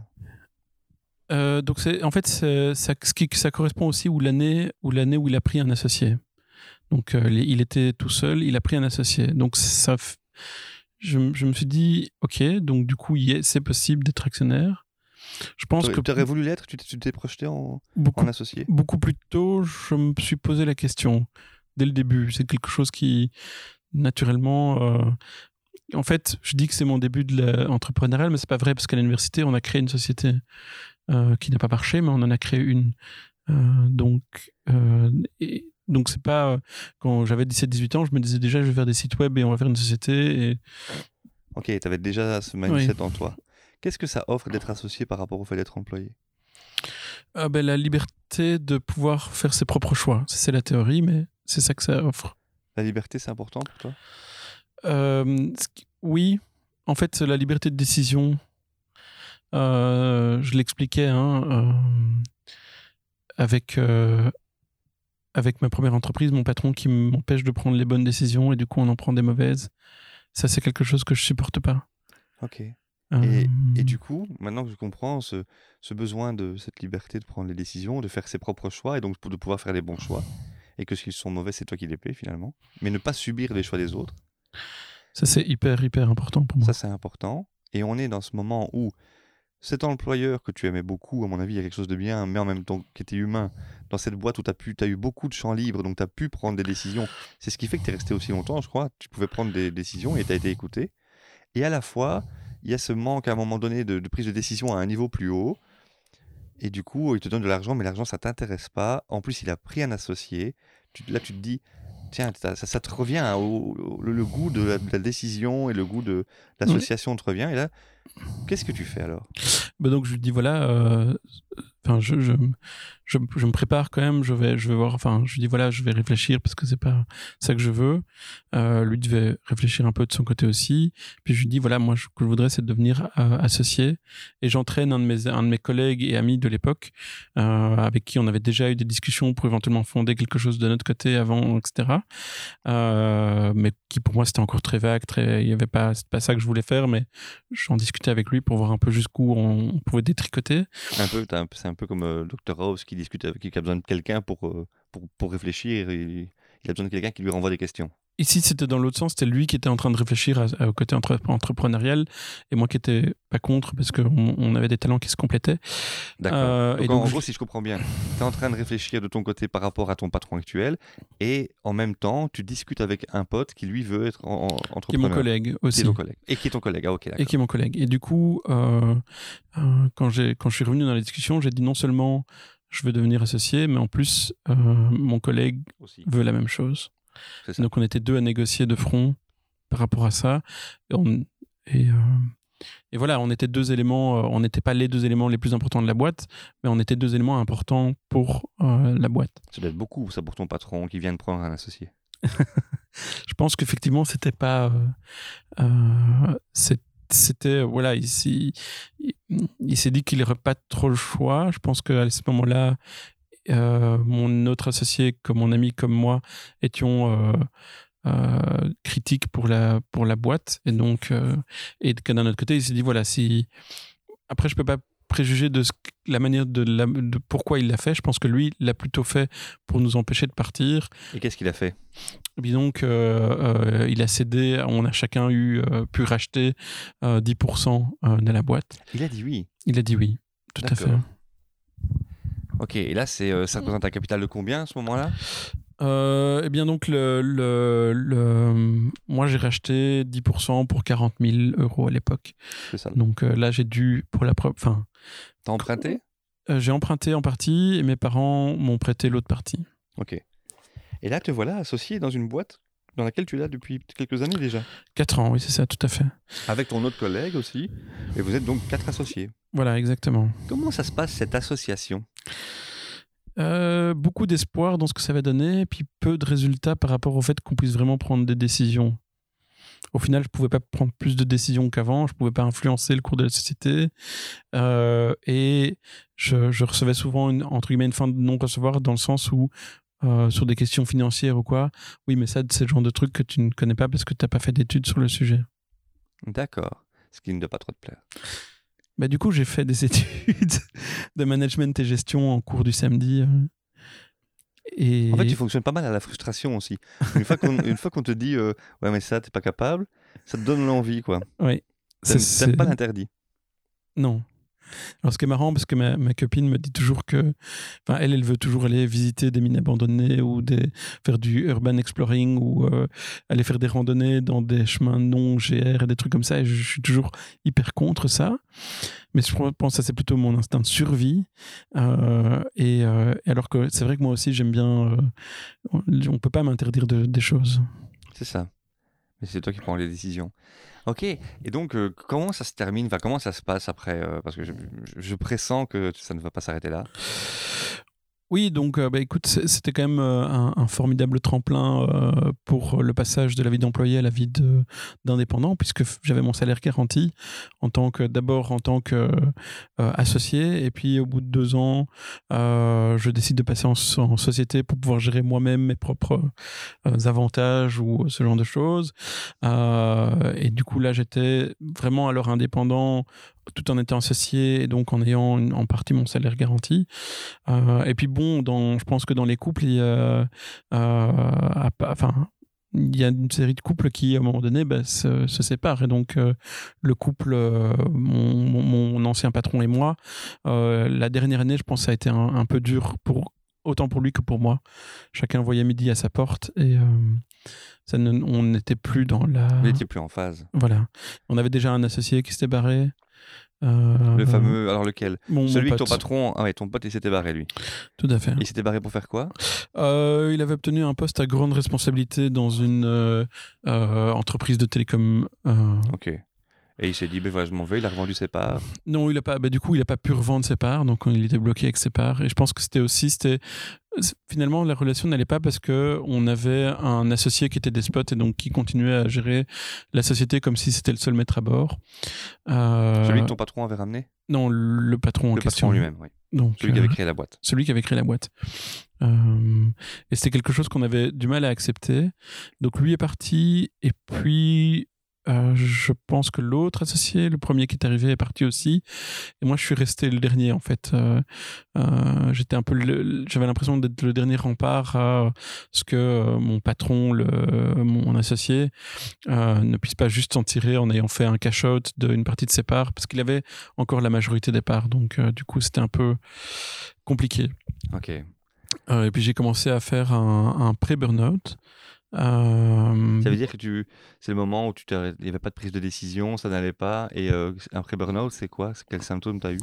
A: Euh, donc c'est en fait c'est, ça, ce qui, ça correspond aussi où l'année où l'année où il a pris un associé. Donc euh, il était tout seul, il a pris un associé. Donc ça, je, je me suis dit ok, donc du coup yeah, c'est possible d'être actionnaire. Je pense
C: t'aurais,
A: que
C: tu aurais voulu l'être, tu t'es, tu t'es projeté en,
A: beaucoup,
C: en associé.
A: Beaucoup plus tôt, je me suis posé la question dès le début. C'est quelque chose qui naturellement. Euh, en fait, je dis que c'est mon début de l'entrepreneuriat, mais c'est pas vrai parce qu'à l'université on a créé une société. Euh, qui n'a pas marché, mais on en a créé une. Euh, donc, euh, et, donc c'est pas... Euh, quand j'avais dix-sept dix-huit ans, je me disais déjà, je vais faire des sites web et on va faire une société. Et...
C: Ok, tu avais déjà ce mindset oui. en toi. Qu'est-ce que ça offre d'être associé par rapport au fait d'être employé?
A: euh, ben, La liberté de pouvoir faire ses propres choix. Ça, c'est la théorie, mais c'est ça que ça offre.
C: La liberté, c'est important pour toi?
A: euh, Oui. En fait, la liberté de décision... Euh, je l'expliquais hein, euh, avec, euh, avec ma première entreprise, mon patron qui m'empêche de prendre les bonnes décisions et du coup on en prend des mauvaises. Ça, c'est quelque chose que je supporte pas.
C: Ok.
A: Euh...
C: Et, et du coup, maintenant que je comprends ce, ce besoin de cette liberté de prendre les décisions, de faire ses propres choix et donc de pouvoir faire les bons choix, et que s'ils sont mauvais, c'est toi qui les payes finalement. Mais ne pas subir les choix des autres.
A: Ça, c'est hyper, hyper important pour moi.
C: Ça, c'est important. Et on est dans ce moment où cet employeur que tu aimais beaucoup, à mon avis, il y a quelque chose de bien, mais en même temps qui était humain, dans cette boîte où tu as, pu, tu as eu beaucoup de champs libres, donc tu as pu prendre des décisions. C'est ce qui fait que tu es resté aussi longtemps, je crois. Tu pouvais prendre des décisions et tu as été écouté. Et à la fois, il y a ce manque à un moment donné de, de prise de décision à un niveau plus haut. Et du coup, il te donne de l'argent, mais l'argent, ça ne t'intéresse pas. En plus, il a pris un associé. Tu, là, tu te dis, tiens, ça, ça te revient, hein, au, au- le, le goût de la, de la décision et le goût de l'association te revient. Et là, qu'est-ce que tu fais alors?
A: Bah donc je lui dis voilà, euh, enfin je, je, je, je me prépare quand même, je vais, je vais voir, enfin je lui dis voilà, je vais réfléchir parce que c'est pas ça que je veux. Euh, lui devait réfléchir un peu de son côté aussi. Puis je lui dis voilà, moi ce que je voudrais c'est devenir euh, associé et j'entraîne un de mes un de mes collègues et amis de l'époque euh, avec qui on avait déjà eu des discussions pour éventuellement fonder quelque chose de notre côté avant, et cetera. Euh, mais qui pour moi c'était encore très vague, très, il y avait pas, c'est pas ça que je voulais faire, mais j'en discutais avec lui pour voir un peu jusqu'où on, on pouvait détricoter.
C: Un peu, t'as un peu- c'est un peu comme euh, docteur House qui discute avec qui qui a besoin de quelqu'un pour, euh, pour, pour réfléchir. Et il a besoin de quelqu'un qui lui renvoie des questions.
A: Ici, c'était dans l'autre sens, c'était lui qui était en train de réfléchir à- à- au côté entre- entrepreneurial et moi qui n'étais pas contre parce qu'on on avait des talents qui se complétaient.
C: D'accord.
A: Euh,
C: donc,
A: et
C: en,
A: donc,
C: en
A: je-
C: gros, si je comprends bien, tu es en train de réfléchir de ton côté par rapport à ton patron actuel et en même temps, tu discutes avec un pote qui lui veut être en, en-
A: Qui est
C: entrepreneur.
A: mon collègue
C: Qui est
A: aussi.
C: ton collègue. Et qui est ton collègue. Ah, ok,
A: Et
C: d'accord.
A: qui est mon collègue. Et du coup, euh, euh, quand, j'ai, quand je suis revenu dans la discussion, j'ai dit non seulement je veux devenir associé, mais en plus, euh, mon collègue
C: Aussi.
A: veut la même chose.
C: C'est ça.
A: Donc on était deux à négocier de front par rapport à ça. Et, on- et, euh, et voilà, on était deux éléments, euh, on n'était pas les deux éléments les plus importants de la boîte, mais on était deux éléments importants pour euh, la boîte.
C: Ça doit être beaucoup, ça, pour ton patron qui vient de prendre un associé.
A: Je pense qu'effectivement, c'était pas. euh, euh, c'est- c'était. Voilà, il, s'est- il, il s'est dit qu'il n'aurait pas trop le choix. Je pense qu'à ce moment-là, euh, mon autre associé, comme mon ami, comme moi, étions euh, euh, critiques pour la, pour la boîte. Et donc, euh, et que d'un autre côté, il s'est dit voilà, si. Après, je peux pas préjuger de ce, que- la manière de, la, de pourquoi il l'a fait. Je pense que lui l'a plutôt fait pour nous empêcher de partir.
C: Et qu'est-ce qu'il a fait?
A: Et puis donc, euh, euh, il a cédé, on a chacun eu, euh, pu racheter euh, dix pour cent euh, de la boîte.
C: Il a dit oui.
A: Il a dit oui, tout à fait.
C: D'accord. Ok, et là, c'est, euh, ça représente un capital de combien à ce moment-là?
A: Euh, eh bien donc, le, le, le- moi j'ai racheté dix pour cent pour quarante mille euros à l'époque.
C: C'est ça.
A: Donc euh, là j'ai dû, pour la preuve, enfin,
C: T'as emprunté?
A: euh, j'ai emprunté en partie et mes parents m'ont prêté l'autre partie.
C: Ok. Et là, te voilà associé dans une boîte dans laquelle tu es là depuis quelques années déjà.
A: Quatre ans, oui, c'est ça, tout à fait.
C: Avec ton autre collègue aussi. Et vous êtes donc quatre associés.
A: Voilà, exactement.
C: Comment ça se passe cette association?
A: Euh, beaucoup d'espoir dans ce que ça va donner, et puis peu de résultats par rapport au fait qu'on puisse vraiment prendre des décisions. Au final, je pouvais pas prendre plus de décisions qu'avant, je pouvais pas influencer le cours de la société, euh, et je, je recevais souvent une, entre guillemets, une fin de non-recevoir dans le sens où, euh, sur des questions financières ou quoi, oui, mais ça, c'est le genre de truc que tu ne connais pas parce que tu n'as pas fait d'études sur le sujet.
C: D'accord. Ce qui ne doit pas trop te plaire.
A: Bah, du coup, j'ai fait des études de management et gestion en cours du samedi. euh, Et...
C: En fait, tu fonctionnes pas mal à la frustration aussi. Une fois qu'on, une fois qu'on te dit euh, ouais, mais ça, t'es pas capable, ça te donne l'envie, quoi.
A: Oui.
C: T'aimes,
A: C'est-
C: t'aimes pas
A: c'est-
C: l'interdit.
A: Non. Alors, ce qui est marrant, parce que ma, ma copine me dit toujours que. Enfin, elle, elle veut toujours aller visiter des mines abandonnées ou des, faire du urban exploring ou euh, aller faire des randonnées dans des chemins non G R et des trucs comme ça. Et je, je suis toujours hyper contre ça. Mais je pense que ça, c'est plutôt mon instinct de survie. Euh, et, euh, et alors que c'est vrai que moi aussi, j'aime bien. Euh, on ne peut pas m'interdire de- des choses.
C: C'est ça. Mais c'est toi qui prends les décisions. Ok. Et donc, euh, comment ça se termine? Enfin, comment ça se passe après euh, Parce que je, je- je pressens que ça ne va pas s'arrêter là.
A: Oui, donc euh, bah, écoute, c'est- c'était quand même euh, un, un formidable tremplin euh, pour le passage de la vie d'employé à la vie de- d'indépendant, puisque f- j'avais mon salaire garanti en tant que d'abord en tant qu'associé, et puis au bout de deux ans, euh, je décide de passer en, so- en société pour pouvoir gérer moi-même mes propres euh, avantages ou ce genre de choses. Euh, et du coup là, j'étais vraiment alors indépendant tout en étant associé et donc en ayant une, en partie mon salaire garanti. Euh, et puis bon, dans, je pense que dans les couples, il y a, euh, enfin, il y a une série de couples qui, à un moment donné, bah, se, se séparent. Et donc, euh, le couple, euh, mon, mon, mon ancien patron et moi, euh, la dernière année, je pense que ça a été un, un peu dur, pour, autant pour lui que pour moi. Chacun voyait midi à sa porte et euh, ça ne, on n'était plus dans la...
C: Vous n'étiez plus en phase.
A: Voilà. On avait déjà un associé qui s'était barré. Euh,
C: le fameux, alors lequel
A: mon,
C: Celui
A: mon
C: que ton patron, ah ouais, ton pote, il s'était barré lui.
A: Tout à fait.
C: Il s'était barré pour faire quoi?
A: euh, Il avait obtenu un poste à grande responsabilité dans une euh, euh, entreprise de télécom. Euh...
C: Ok. Et il s'est dit, ben voilà, je m'en vais, il a revendu ses parts.
A: Non, il a pas, bah, du coup, il n'a pas pu revendre ses parts, donc il était bloqué avec ses parts. Et je pense que c'était aussi, c'était, finalement, la relation n'allait pas parce qu'on avait un associé qui était despote et donc qui continuait à gérer la société comme si c'était le seul maître à bord.
C: Euh... Celui que ton patron avait ramené?
A: Non, le patron en
C: le
A: question.
C: Le patron lui-même, oui.
A: Donc,
C: celui euh, qui avait créé la boîte.
A: Celui qui avait créé la boîte. Euh, et c'était quelque chose qu'on avait du mal à accepter. Donc lui est parti et puis... Euh, je pense que l'autre associé, le premier qui est arrivé, est parti aussi. Et moi, je suis resté le dernier, en fait. Euh, euh, j'étais un peu le, j'avais l'impression d'être le dernier rempart à ce que euh, mon patron, le, mon associé, euh, ne puisse pas juste s'en tirer en ayant fait un cash-out d'une partie de ses parts, parce qu'il avait encore la majorité des parts. Donc, euh, du coup, c'était un peu compliqué.
C: Ok.
A: Euh, et puis, j'ai commencé à faire un, un pré-burnout. Euh...
C: Ça veut dire que tu, c'est le moment où tu il n'y avait pas de prise de décision, ça n'allait pas. Et euh, après burn-out, c'est quoi? Quels symptômes tu as eu?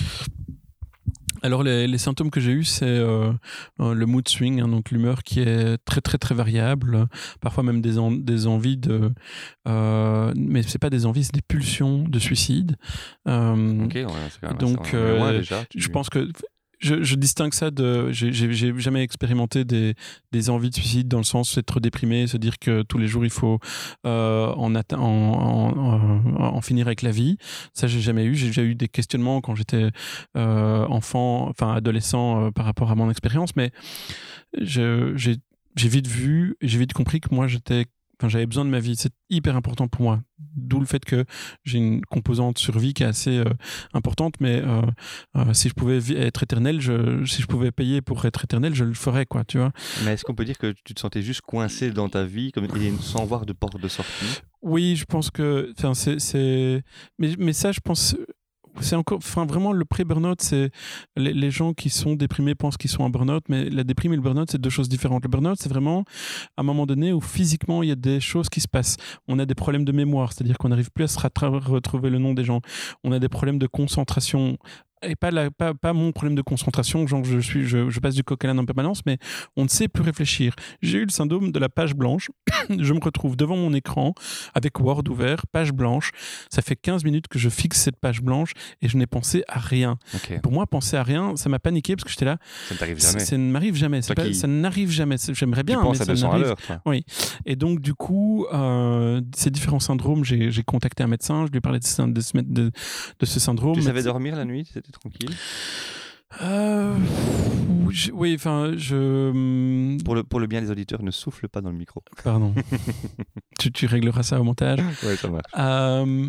A: Alors les, les symptômes que j'ai eus, c'est euh, le mood swing, hein, donc l'humeur qui est très très très variable, parfois même des, en, des envies de... Euh, mais c'est pas des envies, c'est des pulsions de suicide. Euh,
C: ok, ouais, c'est quand même
A: donc
C: euh, loin, déjà, tu...
A: je pense que... Je, je distingue ça de... J'ai, j'ai, j'ai jamais expérimenté des, des envies de suicide dans le sens d'être déprimé, se dire que tous les jours il faut euh, en, atte- en, en, en, en finir avec la vie. Ça, j'ai jamais eu. J'ai déjà eu des questionnements quand j'étais euh, enfant, enfin adolescent euh, par rapport à mon expérience, mais je, j'ai, j'ai vite vu, j'ai vite compris que moi j'étais... Enfin, j'avais besoin de ma vie, c'est hyper important pour moi. D'où le fait que j'ai une composante survie qui est assez euh, importante, mais euh, euh, si je pouvais être éternel, je, si je pouvais payer pour être éternel, je le ferais, quoi, tu vois.
C: Mais est-ce qu'on peut dire que tu te sentais juste coincé dans ta vie, comme, et sans voir de porte de sortie?
A: Oui, je pense que, enfin, c'est, c'est... Mais, mais ça, je pense... C'est encore, enfin vraiment le pré-burnout, c'est les, les gens qui sont déprimés pensent qu'ils sont en burnout, mais la déprime et le burnout, c'est deux choses différentes. Le burnout, c'est vraiment à un moment donné où physiquement il y a des choses qui se passent. On a des problèmes de mémoire, c'est-à-dire qu'on n'arrive plus à se rattra- retrouver le nom des gens. On a des problèmes de concentration. Et pas, la, pas, pas mon problème de concentration, genre je, suis, je, je passe du coq à l'âne en permanence, mais on ne sait plus réfléchir. J'ai eu le syndrome de la page blanche. Je me retrouve devant mon écran avec Word ouvert, page blanche. Ça fait quinze minutes que je fixe cette page blanche et je n'ai pensé à rien.
C: Okay.
A: Pour moi, penser à rien, ça m'a paniqué parce que j'étais là.
C: Ça ne t'arrive jamais.
A: Ça ne m'arrive jamais. Pas, qui... Ça n'arrive jamais. J'aimerais bien,
C: tu penses
A: mais
C: à
A: ça
C: deux cents
A: n'arrive.
C: à l'heure, toi.
A: Oui. Et donc, du coup, euh, ces différents syndromes, j'ai, j'ai contacté un médecin, je lui ai parlé de, de, de, de ce syndrome.
C: Tu savais dormir la nuit? C'était tranquille?
A: Euh, oui, enfin, je.
C: Pour le, pour le bien des auditeurs, ne souffle pas dans le micro.
A: Pardon. tu, tu régleras ça au montage.
C: Oui, ça marche.
A: Euh,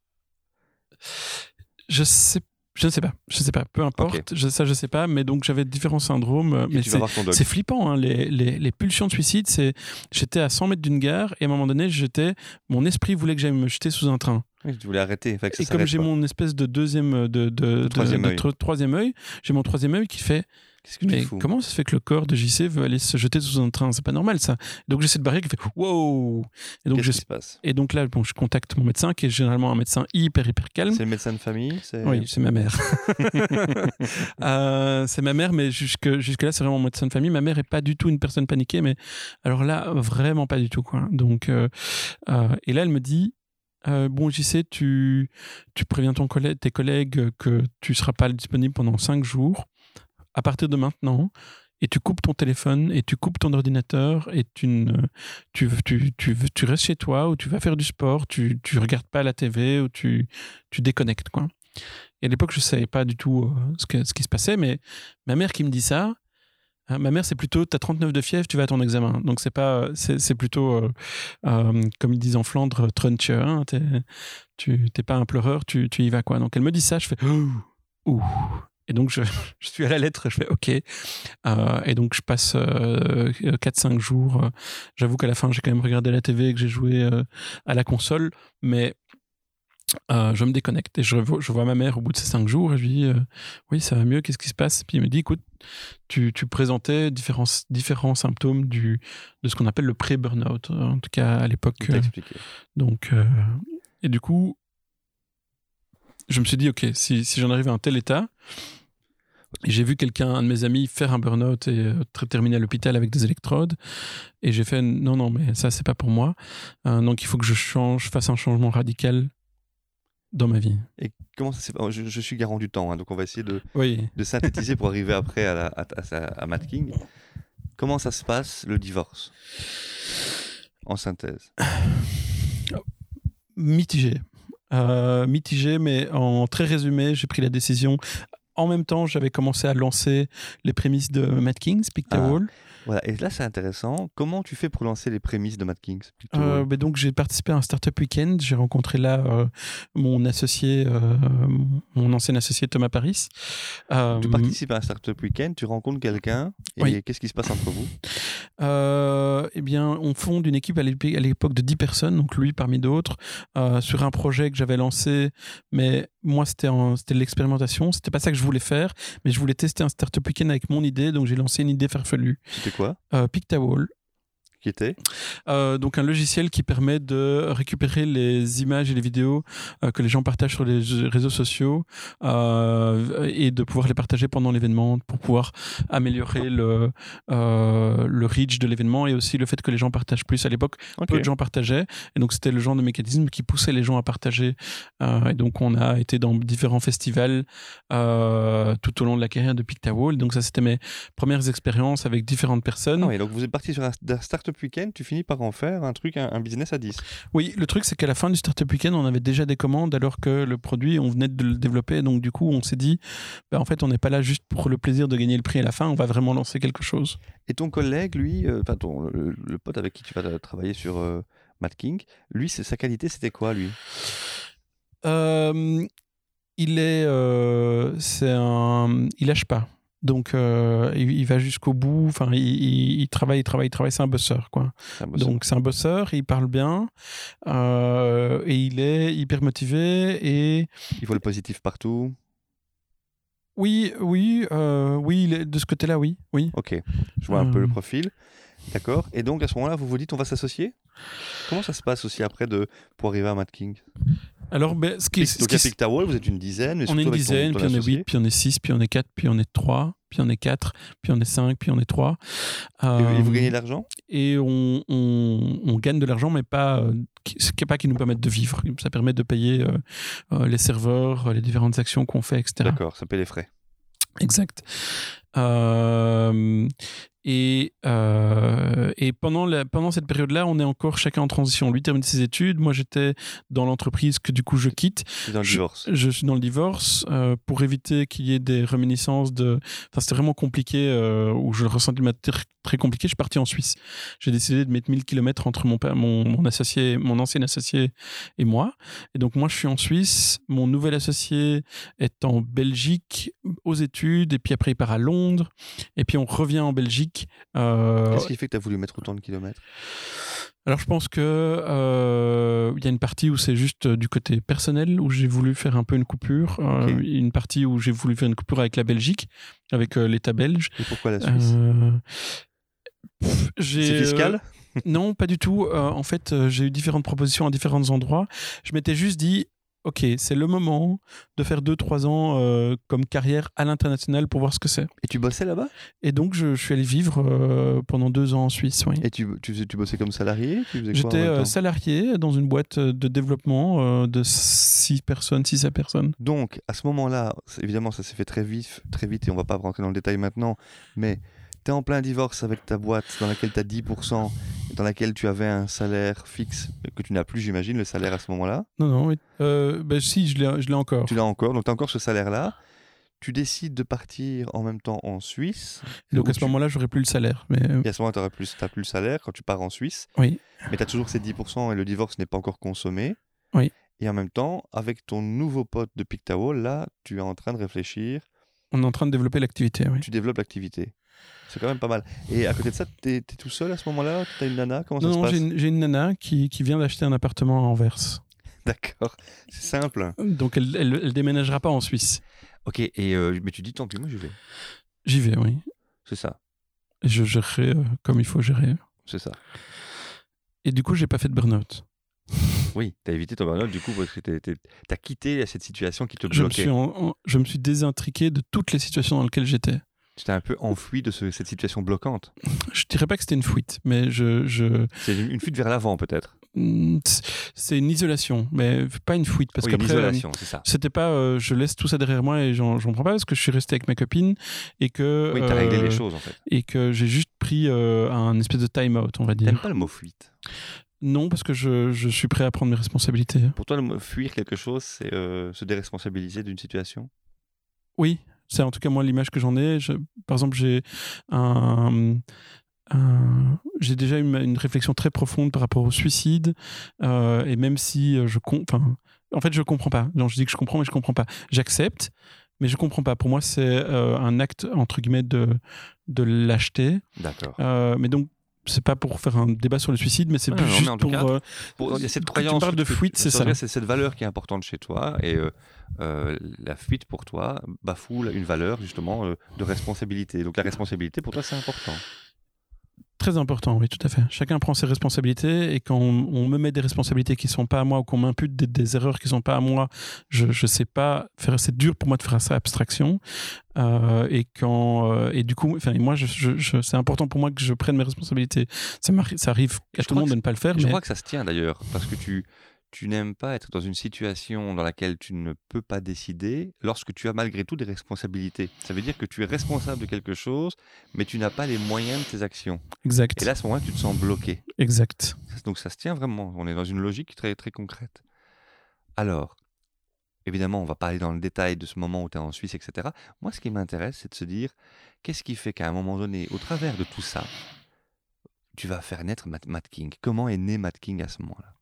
A: je sais, je ne sais pas, je sais pas, peu importe,
C: okay.
A: je, ça je sais pas, mais donc j'avais différents syndromes.
C: Et
A: mais
C: tu
A: c'est,
C: vas voir ton doc.
A: C'est flippant, hein, les, les, les pulsions de suicide. C'est, j'étais à cent mètres d'une gare et à un moment donné, j'étais, mon esprit voulait que j'aille me jeter sous un train.
C: Oui, tu voulais arrêter. Enfin, que ça
A: et comme j'ai
C: pas.
A: mon espèce de deuxième, de, de, de,
C: troisième,
A: de,
C: œil.
A: de troisième œil, j'ai mon troisième œil qui fait.
C: Qu'est-ce que
A: mais
C: tu fous?
A: Comment ça se fait que le corps de J C veut aller se jeter sous un train? C'est pas normal ça. Donc j'ai cette barrière qui fait wow. Et donc
C: Qu'est-ce
A: je
C: qui se passe?
A: Et donc là, bon, je contacte mon médecin qui est généralement un médecin hyper hyper calme.
C: C'est le médecin de famille? C'est...
A: Oui, c'est ma mère. euh, c'est ma mère, mais jusque jusque là, c'est vraiment mon médecin de famille. Ma mère est pas du tout une personne paniquée, mais alors là, vraiment pas du tout quoi. Donc euh, euh, et là, elle me dit. Euh, bon, J C, tu, tu préviens ton collègue, tes collègues que tu ne seras pas disponible pendant cinq jours à partir de maintenant et tu coupes ton téléphone et tu coupes ton ordinateur et tu, ne, tu, tu, tu, tu restes chez toi ou tu vas faire du sport, tu ne regardes pas la T V ou tu, tu déconnectes, quoi. Et à l'époque, je ne savais pas du tout euh, ce, que, ce qui se passait, mais ma mère qui me dit ça, Euh, ma mère, c'est plutôt, t'as trente-neuf de fièvre, tu vas à ton examen. Donc, c'est pas, c'est, c'est plutôt, euh, euh, comme ils disent en Flandre, trunche. Hein, t'es, tu t'es pas un pleureur, tu, tu y vas, quoi. Donc, elle me dit ça, je fais, ouh. Et donc, je, je suis à la lettre, je fais OK. Euh, et donc, je passe euh, quatre cinq jours. J'avoue qu'à la fin, j'ai quand même regardé la T V et que j'ai joué euh, à la console. Mais euh, je me déconnecte et je, je vois ma mère au bout de ces cinq jours et je lui dis euh, oui, ça va mieux, qu'est-ce qui se passe? Puis il me dit écoute, tu, tu présentais différents, différents symptômes du, de ce qu'on appelle le pré-burnout, en tout cas à l'époque.
C: Il t'a expliqué.
A: Donc, euh, et du coup, je me suis dit ok, si, si j'en arrive à un tel état. Et j'ai vu quelqu'un, un de mes amis, faire un burn-out et euh, terminer à l'hôpital avec des électrodes. Et j'ai fait non, non, mais ça, c'est pas pour moi. Euh, donc, il faut que je change, fasse un changement radical dans ma vie.
C: Et comment ça s'est passé? je, je suis garant du temps, hein, donc on va essayer de,
A: oui.
C: de synthétiser pour arriver après à, la, à, à, à Mad King. Comment ça se passe, le divorce? En synthèse.
A: Mitigé. Euh, mitigé, mais en très résumé, j'ai pris la décision. En même temps, j'avais commencé à lancer les prémices de Mad Kings, Pictawall.
C: Ah, voilà, et là c'est intéressant. Comment tu fais pour lancer les prémices de Mad Kings,
A: euh, ben donc j'ai participé à un startup weekend. J'ai rencontré là euh, mon associé, euh, mon ancien associé Thomas Paris.
C: Euh, tu participes à un startup weekend, tu rencontres quelqu'un, et oui. Qu'est-ce qui se passe entre vous?
A: euh, Eh bien, on fonde une équipe à l'époque de dix personnes, donc lui parmi d'autres, euh, sur un projet que j'avais lancé, mais moi c'était c'était de l'expérimentation. C'était pas ça que je voulais faire, mais je voulais tester un startup weekend avec mon idée, donc j'ai lancé une idée farfelue.
C: C'était quoi?
A: euh, Pictawall.
C: Qui était
A: euh, donc un logiciel qui permet de récupérer les images et les vidéos euh, que les gens partagent sur les réseaux sociaux euh, et de pouvoir les partager pendant l'événement pour pouvoir améliorer le, euh, le reach de l'événement et aussi le fait que les gens partagent plus. À l'époque, okay. Peu de gens partageaient et donc c'était le genre de mécanisme qui poussait les gens à partager. Euh, et donc on a été dans différents festivals euh, tout au long de la carrière de Pictawall. Donc ça, c'était mes premières expériences avec différentes personnes.
C: Ah oui, donc vous êtes parti sur un, un startup week-end, tu finis par en faire un truc, un, un business à dix.
A: Oui, le truc c'est qu'à la fin du startup week-end, on avait déjà des commandes alors que le produit, on venait de le développer. Donc du coup, on s'est dit, bah, en fait, on n'est pas là juste pour le plaisir de gagner le prix à la fin, on va vraiment lancer quelque chose.
C: Et ton collègue, lui, enfin euh, le, le pote avec qui tu vas travailler sur euh, Mad King, lui, sa qualité, c'était quoi, lui?
A: euh, Il est, euh, c'est un, il lâche pas. Donc, euh, il, il va jusqu'au bout. Enfin, il, il, il travaille, il travaille, il travaille. C'est un bosseur, quoi. C'est un bosseur. Donc, c'est un bosseur. Il parle bien euh, et il est hyper motivé et
C: il voit le positif partout.
A: Oui, oui, euh, oui. Il est, de ce côté-là, oui, oui.
C: Ok. Je vois un euh... peu le profil. D'accord. Et donc, à ce moment-là, vous vous dites, on va s'associer. Comment ça se passe aussi après de pour arriver à Mad King?
A: Alors, ben, ce qui,
C: donc, ce qui, à Pictawall, vous êtes une dizaine. Mais
A: on est une dizaine,
C: ton, ton
A: puis on est huit, puis on est six, puis on est quatre, puis on est trois, puis on est quatre, puis on est cinq, puis on est trois.
C: Euh, et vous gagnez de l'argent?
A: Et on, on, on gagne de l'argent, mais pas, ce qui n'est pas qui nous permette de vivre. Ça permet de payer euh, euh, les serveurs, les différentes actions qu'on fait, et cetera.
C: D'accord, ça paie les frais.
A: Exact. Euh, et, euh, et pendant, la, pendant cette période-là, on est encore chacun en transition. Lui termine ses études, moi j'étais dans l'entreprise que du coup je quitte.
C: Tu es dans le divorce.
A: Je, je suis dans le divorce euh, pour éviter qu'il y ait des réminiscences de... Enfin, c'était vraiment compliqué, euh, où je le ressentais très, très compliqué. Je suis parti en Suisse. J'ai décidé de mettre mille kilomètres entre mon, père, mon, mon, associé, mon ancien associé et moi. Et donc moi je suis en Suisse, mon nouvel associé est en Belgique aux études, et puis après il part à Londres, et puis on revient en Belgique. Euh...
C: Qu'est-ce qui fait que tu as voulu mettre autant de kilomètres?
A: Alors je pense que euh, y a une partie où c'est juste du côté personnel, où j'ai voulu faire un peu une coupure, okay. euh, une partie où j'ai voulu faire une coupure avec la Belgique, avec euh, l'État belge.
C: Et pourquoi la Suisse?
A: euh... C'est
C: fiscal?
A: euh... Non, pas du tout. Euh, en fait, euh, j'ai eu différentes propositions à différents endroits. Je m'étais juste dit, ok, c'est le moment de faire deux trois ans euh, comme carrière à l'international pour voir ce que c'est.
C: Et tu bossais là-bas?
A: Et donc, je, je suis allé vivre euh, pendant deux ans en Suisse, oui.
C: Et tu, tu, tu bossais comme salarié?
A: J'étais euh, salarié dans une boîte de développement euh, de six personnes, six à personnes.
C: Donc, à ce moment-là, évidemment, ça s'est fait très vite, très vite et on ne va pas rentrer dans le détail maintenant, mais tu es en plein divorce avec ta boîte dans laquelle tu as dix pour cent, dans laquelle tu avais un salaire fixe, que tu n'as plus, j'imagine, le salaire à ce moment-là.
A: Non, non, oui. euh, ben, si, je l'ai, je l'ai encore.
C: Tu l'as encore, donc tu as encore ce salaire-là. tu décides de partir en même temps en Suisse.
A: Donc à ce
C: tu...
A: moment-là, j'aurais plus le salaire. Mais...
C: Et à ce moment-là, tu n'as plus, plus le salaire quand tu pars en Suisse.
A: Oui.
C: Mais tu as toujours ces dix pour cent et le divorce n'est pas encore consommé.
A: Oui.
C: Et en même temps, avec ton nouveau pote de Pictawall, là, tu es en train de réfléchir.
A: On est en train de développer l'activité, oui.
C: Tu développes l'activité. C'est quand même pas mal. Et à côté de ça, tu es tout seul à ce moment-là? Tu as une nana? Comment
A: non,
C: ça
A: non,
C: se passe?
A: Non, j'ai, j'ai une nana qui, qui vient d'acheter un appartement à Anvers.
C: D'accord, c'est simple.
A: Donc elle, elle, elle déménagera pas en Suisse.
C: Ok, et euh, mais tu dis tant pis, moi j'y vais.
A: J'y vais, oui.
C: C'est ça.
A: Et je gérerai euh, comme il faut gérer.
C: C'est ça.
A: Et du coup, j'ai pas fait de burn-out.
C: Oui, tu as évité ton burn-out du coup parce que tu as quitté cette situation qui te bloquait.
A: Je me suis, en, en, je me suis désintriqué de toutes les situations dans lesquelles j'étais.
C: Tu t'es un peu enfoui de ce, cette situation bloquante.
A: Je dirais pas que c'était une fuite, mais je... je...
C: C'est une, une fuite vers l'avant peut-être.
A: C'est une isolation, mais pas une fuite. Parce
C: oui,
A: qu'après,
C: une isolation, c'est ça.
A: C'était pas euh, je laisse tout ça derrière moi et j'en, j'en prends pas parce que je suis resté avec ma copine et que.
C: Oui, t'as euh, réglé les choses en fait.
A: Et que j'ai juste pris euh, un espèce de time-out, on va dire.
C: T'aimes pas le mot fuite?
A: Non, parce que je, je suis prêt à prendre mes responsabilités.
C: Pour toi, le mot fuir quelque chose, c'est euh, se déresponsabiliser d'une situation?
A: Oui, c'est en tout cas moi l'image que j'en ai. Je, par exemple, j'ai un. Euh, j'ai déjà eu une, une réflexion très profonde par rapport au suicide euh, et même si je comprends, en fait je comprends pas. Non, je dis que je comprends mais je comprends pas. J'accepte mais je comprends pas. Pour moi c'est euh, un acte entre guillemets de de lâcheté.
C: D'accord.
A: Euh, mais donc c'est pas pour faire un débat sur le suicide, mais c'est
C: ah,
A: plus
C: non,
A: juste pour,
C: cas,
A: euh,
C: pour. Il y a cette croyance.
A: Tu parles de fuite, c'est ça.
C: C'est cette valeur qui est importante chez toi et euh, euh, la fuite pour toi bafoue une valeur justement euh, de responsabilité. Donc la responsabilité pour toi c'est important.
A: Très important, oui, tout à fait. Chacun prend ses responsabilités et quand on, on me met des responsabilités qui ne sont pas à moi ou qu'on m'impute des, des erreurs qui ne sont pas à moi, je ne sais pas faire. C'est dur pour moi de faire ça abstraction. Euh, et, quand, euh, et du coup, enfin, moi, je, je, je, c'est important pour moi que je prenne mes responsabilités. Ça, ça arrive à tout le monde de ne pas le faire.
C: Je
A: mais...
C: crois que ça se tient d'ailleurs, parce que tu, tu n'aimes pas être dans une situation dans laquelle tu ne peux pas décider lorsque tu as malgré tout des responsabilités. Ça veut dire que tu es responsable de quelque chose, mais tu n'as pas les moyens de tes actions.
A: Exact.
C: Et là, à ce moment-là, tu te sens bloqué.
A: Exact.
C: Donc ça se tient vraiment. On est dans une logique très, très concrète. Alors, évidemment, on va parler dans le détail de ce moment où tu es en Suisse, et cetera. Moi, ce qui m'intéresse, c'est de se dire, qu'est-ce qui fait qu'à un moment donné, au travers de tout ça, tu vas faire naître Matt, Matt King? Comment est né Matt King à ce moment-là?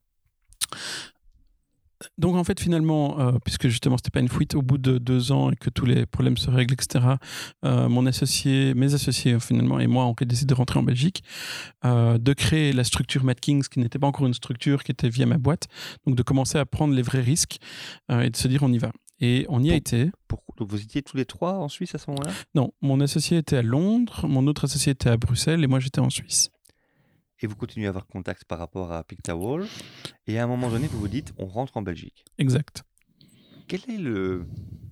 A: Donc en fait finalement, euh, puisque justement c'était pas une fuite, au bout de deux ans et que tous les problèmes se règlent, et cetera, euh, mon associé, mes associés finalement et moi, on décide de rentrer en Belgique, euh, de créer la structure Matt Kings, qui n'était pas encore une structure, qui était via ma boîte, donc de commencer à prendre les vrais risques euh, et de se dire on y va. Et on y
C: pour,
A: a été.
C: Pour, donc vous étiez tous les trois en Suisse à ce moment-là?
A: Non, mon associé était à Londres, mon autre associé était à Bruxelles et moi j'étais en Suisse.
C: Et vous continuez à avoir contact par rapport à Pictawall. Et à un moment donné, vous vous dites, on rentre en Belgique.
A: Exact.
C: Quelle est le,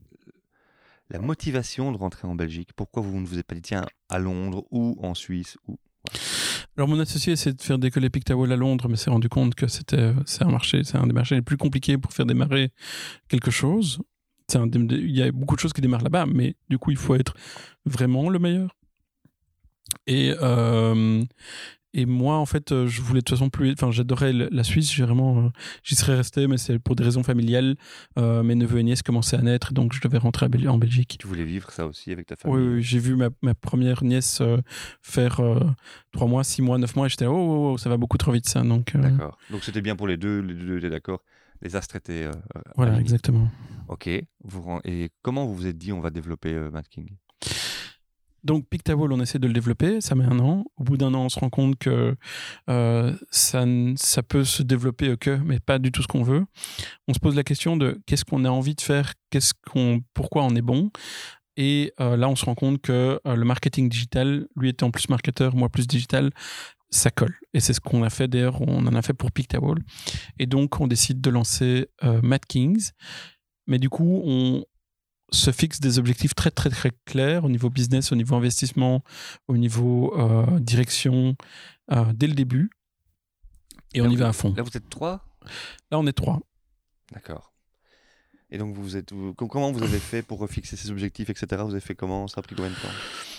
C: la motivation de rentrer en Belgique? Pourquoi vous ne vous êtes pas dit, tiens, à Londres ou en Suisse ou... Voilà.
A: Alors mon associé essaie de faire décoller Pictawall à Londres, mais s'est rendu compte que c'était, c'est un marché, c'est un des marchés les plus compliqués pour faire démarrer quelque chose. C'est un, il y a beaucoup de choses qui démarrent là-bas, mais du coup, il faut être vraiment le meilleur. Et... Euh, Et moi, en fait, je voulais de toute façon plus. Enfin, j'adorais la Suisse. J'ai vraiment, euh, j'y serais resté, mais c'est pour des raisons familiales. Euh, mes neveux et nièces commençaient à naître, donc je devais rentrer à Bel- en Belgique.
C: Tu voulais vivre ça aussi avec ta famille?
A: Oui, oui, j'ai vu ma, ma première nièce euh, faire euh, trois mois, six mois, neuf mois, et j'étais là, oh, oh, oh, ça va beaucoup trop vite ça. Donc. Euh...
C: D'accord. Donc c'était bien pour les deux. Les deux étaient d'accord. Les astres étaient. Euh,
A: voilà,
C: alignés.
A: Exactement.
C: Ok. Vous, et comment vous vous êtes dit, on va développer euh, Matt King?
A: Donc Pictawall, on essaie de le développer, ça met un an. Au bout d'un an, on se rend compte que euh, ça, ça peut se développer que, mais pas du tout ce qu'on veut. On se pose la question de qu'est-ce qu'on a envie de faire, qu'est-ce qu'on, pourquoi on est bon. Et euh, là, on se rend compte que euh, le marketing digital, lui étant plus marketeur, moi plus digital, ça colle. Et c'est ce qu'on a fait d'ailleurs, on en a fait pour Pictawall. Et donc, on décide de lancer euh, Matt Kings. Mais du coup, on se fixe des objectifs très très très clairs au niveau business, au niveau investissement, au niveau euh, direction euh, dès le début et
C: là
A: on y
C: vous,
A: va à fond.
C: Là vous êtes trois?
A: Là on est trois.
C: D'accord. Et donc vous êtes, vous, comment vous avez fait pour fixer ces objectifs, et cetera. Vous avez fait comment? Ça a pris combien de temps?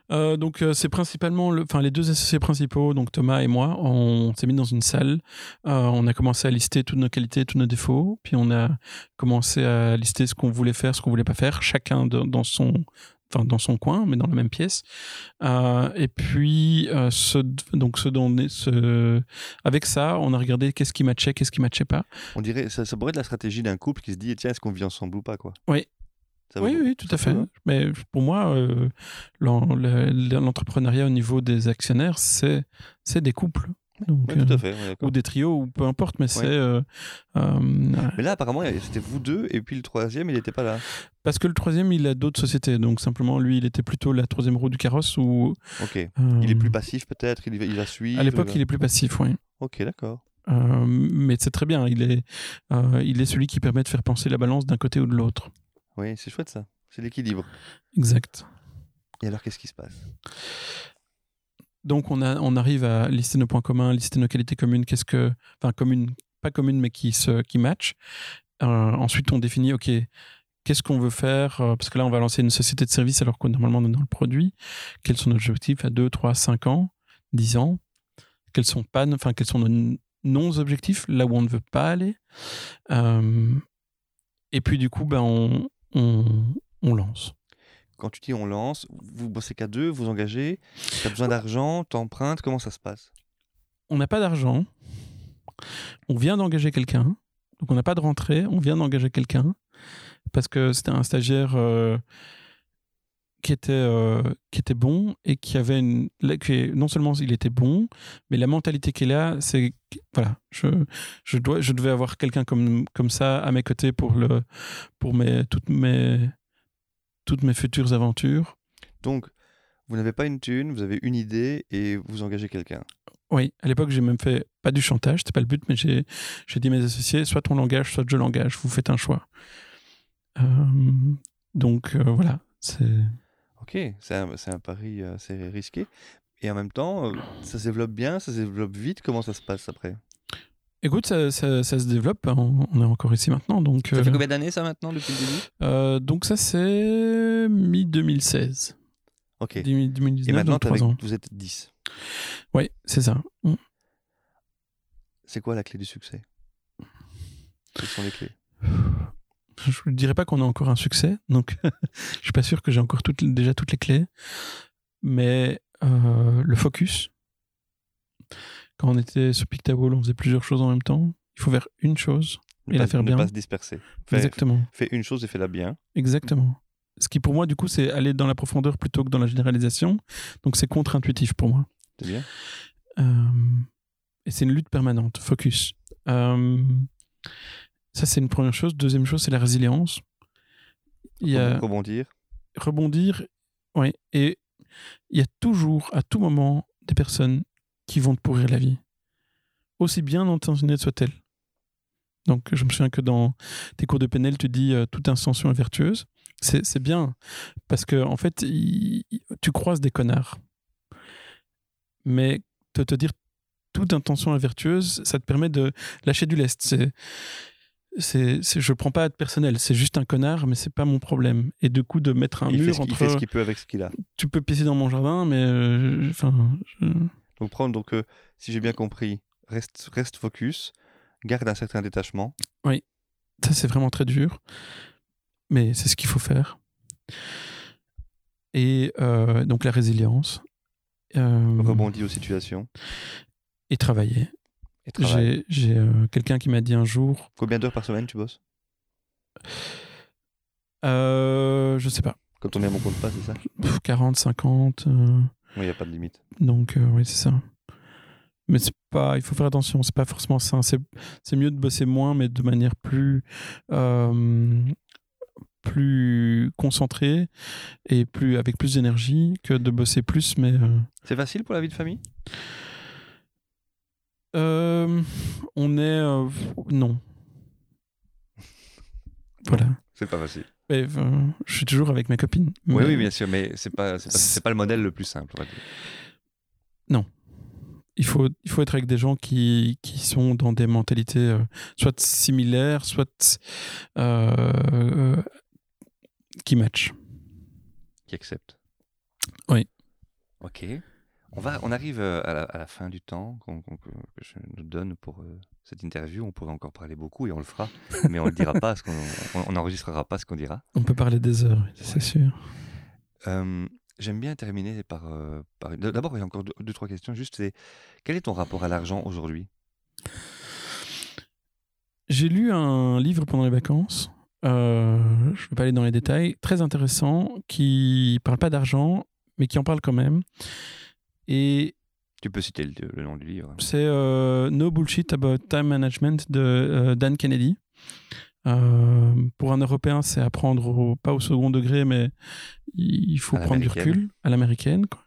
A: Euh, donc euh, c'est principalement, le, enfin les deux associés principaux, donc Thomas et moi, on s'est mis dans une salle, euh, on a commencé à lister toutes nos qualités, tous nos défauts, puis on a commencé à lister ce qu'on voulait faire, ce qu'on voulait pas faire, chacun de, dans son, enfin dans son coin, mais dans la même pièce. Euh, et puis euh, ce, donc ce, ce, avec ça, on a regardé qu'est-ce qui matchait, qu'est-ce qui matchait pas.
C: On dirait, ça, ça pourrait être la stratégie d'un couple qui se dit tiens, est-ce qu'on vit ensemble ou pas quoi.
A: Oui. Oui, oui, tout à fait. Mais pour moi, euh, l'entrepreneuriat au niveau des actionnaires, c'est, c'est des couples. Donc,
C: ouais, tout à fait. Ouais,
A: ou des trios, ou peu importe, mais ouais. c'est... Euh, euh,
C: mais là, apparemment, c'était vous deux, et puis le troisième, il n'était pas là.
A: Parce que le troisième, il a d'autres sociétés. Donc simplement, lui, il était plutôt la troisième roue du carrosse. Ou,
C: ok. Euh, il est plus passif peut-être, il, il va suivre.
A: À l'époque, il est plus passif, oui.
C: Ok, d'accord.
A: Euh, mais c'est très bien. Il est, euh, il est celui qui permet de faire pencher la balance d'un côté ou de l'autre.
C: Oui, c'est chouette ça. C'est l'équilibre.
A: Exact.
C: Et alors, qu'est-ce qui se passe ?
A: Donc, on, a, on arrive à lister nos points communs, lister nos qualités communes, qu'est-ce que, enfin, communes, pas communes, mais qui, se, qui matchent. Euh, ensuite, on définit, OK, qu'est-ce qu'on veut faire ? Parce que là, on va lancer une société de service alors que normalement, on est dans le produit. Quels sont nos objectifs à deux, trois, cinq ans, dix ans ? Quels sont, pas, enfin, quels sont nos non-objectifs, là où on ne veut pas aller ? euh, Et puis, du coup, ben, on, on, on lance.
C: Quand tu dis on lance, vous bossez qu'à deux, vous engagez, tu as besoin d'argent, tu empruntes, comment ça se passe ?
A: On n'a pas d'argent, on vient d'engager quelqu'un, donc on n'a pas de rentrée, on vient d'engager quelqu'un, parce que c'était un stagiaire euh, qui, était, euh, qui était bon et qui avait une... Qui, non seulement il était bon, mais la mentalité qu'il a, c'est... Voilà, je, je, dois, je devais avoir quelqu'un comme, comme ça à mes côtés pour, le, pour mes, toutes mes... toutes mes futures aventures.
C: Donc, vous n'avez pas une thune, vous avez une idée et vous engagez quelqu'un.
A: Oui, à l'époque, j'ai même fait, pas du chantage, c'était pas le but, mais j'ai, j'ai dit à mes associés, soit on l'engage, soit je l'engage, vous faites un choix. Euh, donc, euh, voilà. C'est...
C: Ok, c'est un, c'est un pari assez risqué. Et en même temps, ça se développe bien, ça se développe vite. Comment ça se passe après ?
A: Écoute, ça, ça, ça se développe, on, on est encore ici maintenant. Donc,
C: ça
A: euh,
C: fait combien d'années ça maintenant depuis le début ?
A: euh, Donc ça c'est mi-deux mille seize.
C: Ok.
A: deux mille dix-neuf,
C: et maintenant
A: donc, avec,
C: vous êtes dix.
A: Oui, c'est ça.
C: C'est quoi la clé du succès ? Quelles sont les clés ?
A: Je ne dirais pas qu'on a encore un succès, donc je ne suis pas sûr que j'ai encore toutes, déjà toutes les clés, mais euh, le focus. Quand on était sur Pictable, on faisait plusieurs choses en même temps. Il faut faire une chose
C: ne
A: et
C: pas,
A: la faire
C: ne
A: bien.
C: Ne pas se disperser. Fais,
A: Exactement.
C: Fais une chose et fais-la bien.
A: Exactement. Ce qui pour moi, du coup, c'est aller dans la profondeur plutôt que dans la généralisation. Donc c'est contre-intuitif pour moi.
C: C'est bien.
A: Euh, et c'est une lutte permanente. Focus. Euh, ça, c'est une première chose. Deuxième chose, c'est la résilience. Il y a...
C: Rebondir.
A: Rebondir, oui. Et il y a toujours, à tout moment, des personnes qui vont te pourrir la vie. Aussi bien intentionnées soient-elles. Donc, je me souviens que dans tes cours de P N L, tu dis euh, toute intention est vertueuse. C'est, c'est bien, parce que en fait, il, il, tu croises des connards. Mais te, te dire toute intention est vertueuse, ça te permet de lâcher du lest. C'est, c'est, c'est, je ne prends pas à être personnel, c'est juste un connard, mais ce n'est pas mon problème. Et du coup, de mettre un
C: il
A: mur
C: fait
A: entre...
C: Il fait ce qu'il peut avec ce qu'il a.
A: Tu peux pisser dans mon jardin, mais... Enfin, euh, je...
C: Donc, prendre, donc euh, si j'ai bien compris, reste, reste focus, garde un certain détachement.
A: Oui, ça c'est vraiment très dur, mais c'est ce qu'il faut faire. Et euh, donc la résilience.
C: Euh, Rebondir aux situations.
A: Et travailler.
C: Et travailler.
A: J'ai, j'ai euh, quelqu'un qui m'a dit un jour...
C: Combien d'heures par semaine tu bosses ?
A: euh, Je sais pas.
C: Quand on est à mon compte pas, c'est ça ?
A: quarante, cinquante... Euh...
C: Oui, il n'y a pas de limite.
A: Donc, euh, oui, c'est ça. Mais c'est pas, il faut faire attention, c'est pas forcément ça. C'est, c'est mieux de bosser moins, mais de manière plus, euh, plus concentrée et plus, avec plus d'énergie que de bosser plus. Mais euh...
C: c'est facile pour la vie de famille ?
A: euh, On est euh, non. Voilà.
C: C'est pas facile.
A: Mais, euh, je suis toujours avec mes copines.
C: Oui,
A: mais...
C: oui, bien sûr, mais c'est pas, c'est pas, c'est pas le modèle le plus simple, on va dire.
A: Non. Il faut, il faut être avec des gens qui, qui sont dans des mentalités euh, soit similaires, soit euh, euh, qui matchent.
C: Qui acceptent.
A: Oui.
C: Ok. On, va, on arrive à la, à la fin du temps qu'on, qu'on, que je nous donne pour euh, cette interview. On pourrait encore parler beaucoup et on le fera, mais on ne le dira pas, ce qu'on, on n'enregistrera pas ce qu'on dira.
A: On peut parler des heures, c'est sûr.
C: Euh, j'aime bien terminer par... Euh, par... D'abord, il y a encore deux, deux, trois questions. Juste, c'est... Quel est ton rapport à l'argent aujourd'hui ?
A: J'ai lu un livre pendant les vacances, euh, je ne vais pas aller dans les détails, très intéressant, qui ne parle pas d'argent, mais qui en parle quand même. Et
C: tu peux citer le, le nom du livre.
A: C'est euh, No Bullshit About Time Management de euh, Dan Kennedy. Euh, pour un Européen, c'est à prendre au, pas au second degré, mais il faut prendre du recul à l'américaine, quoi.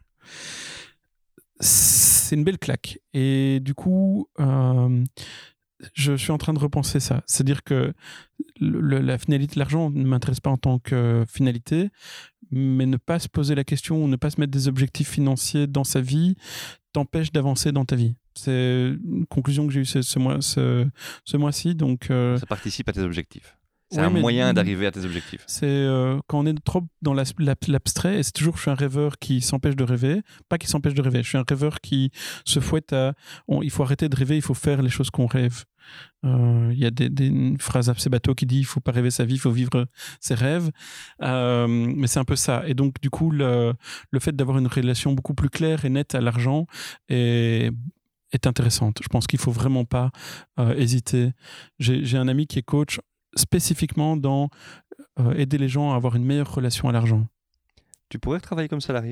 A: C'est une belle claque. Et du coup, euh, je suis en train de repenser ça. C'est-à-dire que le, la finalité de l'argent ne m'intéresse pas en tant que finalité, mais ne pas se poser la question ou ne pas se mettre des objectifs financiers dans sa vie t'empêche d'avancer dans ta vie. C'est une conclusion que j'ai eue ce, ce, mois, ce, ce mois-ci. Donc, euh...
C: ça participe à tes objectifs. C'est oui, un moyen d'arriver à tes objectifs.
A: C'est euh, quand on est trop dans l'abstrait, et c'est toujours je suis un rêveur qui s'empêche de rêver, pas qui s'empêche de rêver, je suis un rêveur qui se fouette à on, il faut arrêter de rêver, il faut faire les choses qu'on rêve. Il euh, y a des, des une phrase assez bateau qui dit il faut pas rêver sa vie, il faut vivre ses rêves. Euh, mais c'est un peu ça. Et donc du coup le, le fait d'avoir une relation beaucoup plus claire et nette à l'argent est est intéressante. Je pense qu'il faut vraiment pas euh, hésiter. J'ai, j'ai un ami qui est coach spécifiquement dans euh, aider les gens à avoir une meilleure relation à l'argent.
C: Tu pourrais travailler comme salarié ?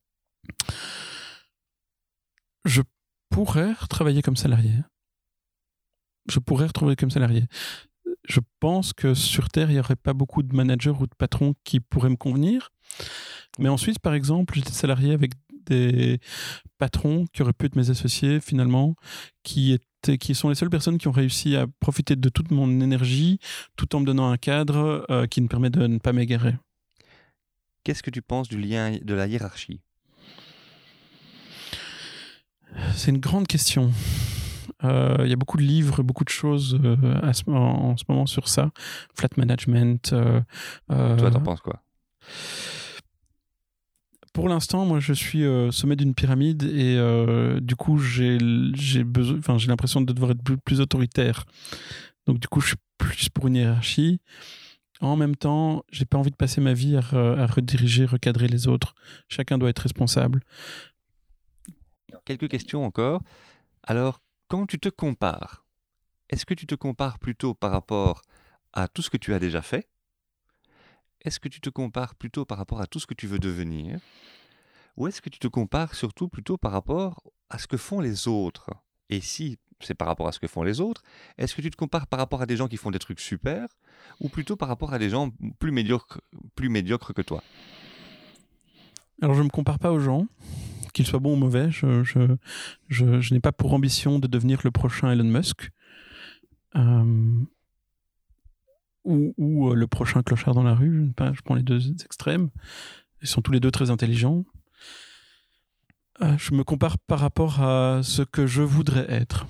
A: Je pourrais travailler comme salarié. Je pourrais retrouver comme salarié. Je pense que sur Terre, il n'y aurait pas beaucoup de managers ou de patrons qui pourraient me convenir. Mais ensuite, par exemple, j'étais salarié avec des patrons qui auraient pu être mes associés, finalement, qui étaient, qui sont les seules personnes qui ont réussi à profiter de toute mon énergie, tout en me donnant un cadre euh, qui me permet de ne pas m'égarer.
C: Qu'est-ce que tu penses du lien de la hiérarchie ?
A: C'est une grande question. Il euh, y a beaucoup de livres, beaucoup de choses euh, à ce, en, en ce moment sur ça. Flat management. Euh,
C: euh, Toi, t'en penses quoi ?
A: Pour l'instant, moi, je suis au euh, sommet d'une pyramide et euh, du coup, j'ai, j'ai, besoin, enfin, j'ai l'impression de devoir être plus, plus autoritaire. Donc, du coup, je suis plus pour une hiérarchie. En même temps, j'ai pas envie de passer ma vie à, à rediriger, recadrer les autres. Chacun doit être responsable.
C: Quelques questions encore. Alors, quand tu te compares, est-ce que tu te compares plutôt par rapport à tout ce que tu as déjà fait ? Est-ce que tu te compares plutôt par rapport à tout ce que tu veux devenir ? Ou est-ce que tu te compares surtout plutôt par rapport à ce que font les autres ? Et si c'est par rapport à ce que font les autres, est-ce que tu te compares par rapport à des gens qui font des trucs super ou plutôt par rapport à des gens plus médiocres, plus médiocres que toi ?
A: Alors, je ne me compare pas aux gens, qu'ils soient bons ou mauvais. Je, je, je, je n'ai pas pour ambition de devenir le prochain Elon Musk. Euh... Ou, ou euh, le prochain clochard dans la rue, je prends les deux extrêmes, ils sont tous les deux très intelligents. Euh, je me compare par rapport à ce que je voudrais être.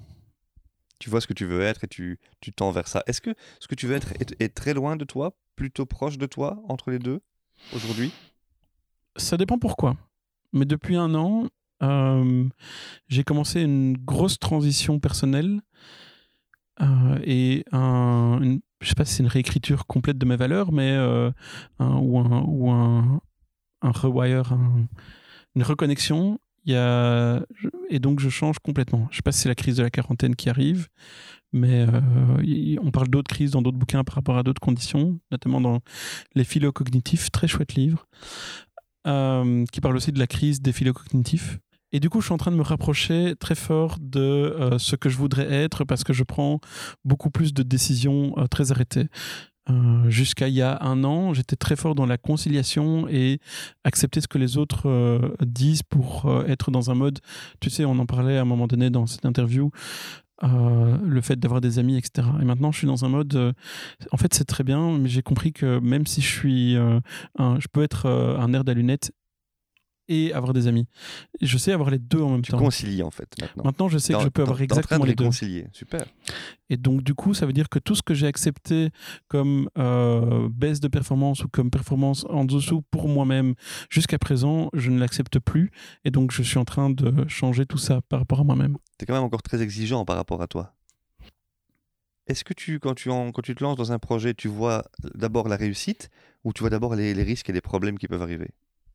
C: Tu vois ce que tu veux être et tu, tu tends vers ça. Est-ce que ce que tu veux être est, est très loin de toi, plutôt proche de toi, entre les deux, aujourd'hui ?
A: Ça dépend pourquoi. Mais depuis un an, euh, j'ai commencé une grosse transition personnelle euh, et un, une je sais pas si c'est une réécriture complète de mes valeurs, mais euh, un, ou un ou un, un rewire, un, une reconnexion. Il y a et donc je change complètement. Je sais pas si c'est la crise de la quarantaine qui arrive, mais euh, y, on parle d'autres crises dans d'autres bouquins par rapport à d'autres conditions, notamment dans les phylocognitifs, très chouette livre, euh, qui parle aussi de la crise des phylocognitifs. Et du coup, je suis en train de me rapprocher très fort de euh, ce que je voudrais être parce que je prends beaucoup plus de décisions euh, très arrêtées. Euh, jusqu'à il y a un an, j'étais très fort dans la conciliation et accepter ce que les autres euh, disent pour euh, être dans un mode... Tu sais, on en parlait à un moment donné dans cette interview, euh, le fait d'avoir des amis, et cetera. Et maintenant, je suis dans un mode... Euh, en fait, c'est très bien, mais j'ai compris que même si je suis... Euh, un, je peux être euh, un air d'allunette et avoir des amis. Je sais avoir les deux en même
C: tu
A: temps.
C: Tu concilies en fait maintenant.
A: Maintenant, je sais
C: dans,
A: que je peux avoir exactement les, les deux.
C: Concilier, super.
A: Et donc, du coup, ça veut dire que tout ce que j'ai accepté comme euh, baisse de performance ou comme performance en dessous pour moi-même jusqu'à présent, je ne l'accepte plus. Et donc, je suis en train de changer tout ça par rapport à moi-même.
C: Tu es quand même encore très exigeant par rapport à toi. Est-ce que tu, quand tu, en, quand tu te lances dans un projet, tu vois d'abord la réussite ou tu vois d'abord les, les risques et les problèmes qui peuvent arriver ?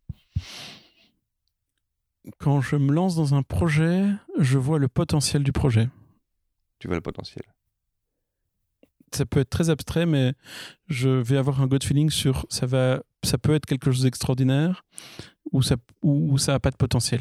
A: Quand je me lance dans un projet, je vois le potentiel du projet.
C: Tu vois le potentiel.
A: Ça peut être très abstrait, mais je vais avoir un gut feeling sur ça va, ça peut être quelque chose d'extraordinaire ou ça, ou, ou ça n'a pas de potentiel.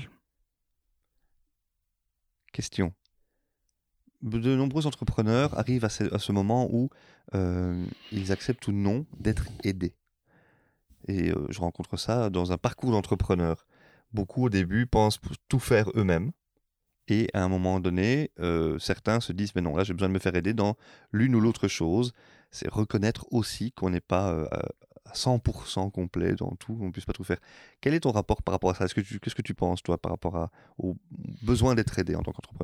C: Question. De nombreux entrepreneurs arrivent à ce, à ce moment où euh, ils acceptent ou non d'être aidés. Et euh, je rencontre ça dans un parcours d'entrepreneur. Beaucoup au début pensent tout faire eux-mêmes. Et à un moment donné, euh, certains se disent « mais non, là j'ai besoin de me faire aider dans l'une ou l'autre chose ». C'est reconnaître aussi qu'on n'est pas euh, à cent pour cent complet dans tout, on ne puisse pas tout faire. Quel est ton rapport par rapport à ça ? Est-ce que tu, qu'est-ce que tu penses, toi, par rapport à, au besoin d'être aidé en tant qu'entrepreneur ?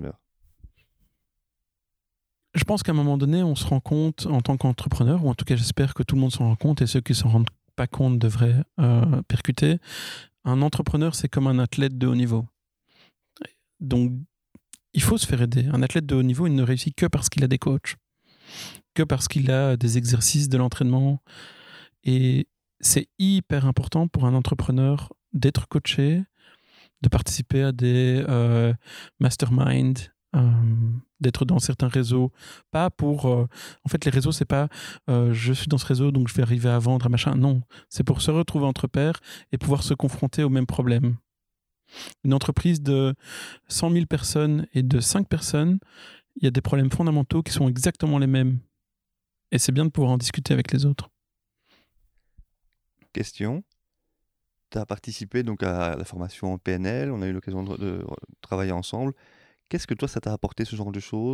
A: Je pense qu'à un moment donné, on se rend compte en tant qu'entrepreneur, ou en tout cas j'espère que tout le monde s'en rend compte, et ceux qui ne s'en rendent pas compte devraient euh, percuter. Un entrepreneur, c'est comme un athlète de haut niveau. Donc, il faut se faire aider. Un athlète de haut niveau, il ne réussit que parce qu'il a des coachs, que parce qu'il a des exercices, de l'entraînement. Et c'est hyper important pour un entrepreneur d'être coaché, de participer à des euh, masterminds, euh, d'être dans certains réseaux. Pas pour... Euh, en fait, les réseaux, c'est pas euh, je suis dans ce réseau, donc je vais arriver à vendre, à machin. Non, c'est pour se retrouver entre pairs et pouvoir se confronter aux mêmes problèmes. Une entreprise de cent mille personnes et de cinq personnes, il y a des problèmes fondamentaux qui sont exactement les mêmes. Et c'est bien de pouvoir en discuter avec les autres.
C: Question. Tu as participé donc à la formation en P N L, on a eu l'occasion de, de travailler ensemble. Qu'est-ce que toi, ça t'a apporté, ce genre de choses ?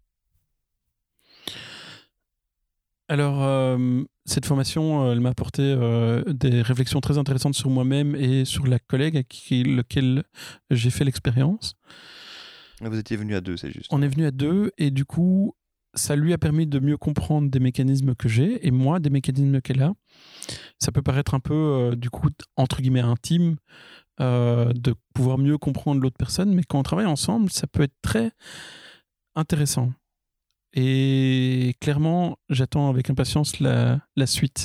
A: Alors, euh, cette formation, euh, elle m'a apporté euh, des réflexions très intéressantes sur moi-même et sur la collègue avec qui, lequel j'ai fait l'expérience.
C: Vous étiez venus à deux, c'est juste.
A: On est venus à deux et du coup, ça lui a permis de mieux comprendre des mécanismes que j'ai et moi, des mécanismes qu'elle a. Ça peut paraître un peu, euh, du coup, entre guillemets, intime euh, de pouvoir mieux comprendre l'autre personne, mais quand on travaille ensemble, ça peut être très intéressant. Et clairement, j'attends avec impatience la, la suite.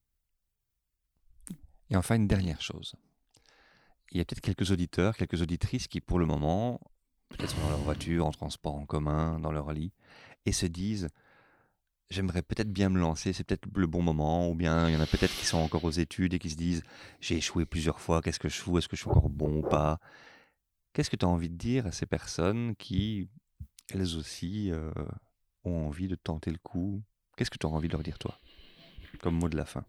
B: Et enfin, une dernière chose. Il y a peut-être quelques auditeurs, quelques auditrices qui, pour le moment, peut-être sont dans leur voiture, en transport en commun, dans leur lit, et se disent « j'aimerais peut-être bien me lancer, c'est peut-être le bon moment », ou bien il y en a peut-être qui sont encore aux études et qui se disent « j'ai échoué plusieurs fois, qu'est-ce que je fous, est-ce que je suis encore bon ou pas ?» Qu'est-ce que tu as envie de dire à ces personnes qui, elles aussi... Euh, ont envie de tenter le coup? Qu'est-ce que tu as envie de leur dire, toi, comme mot de la fin?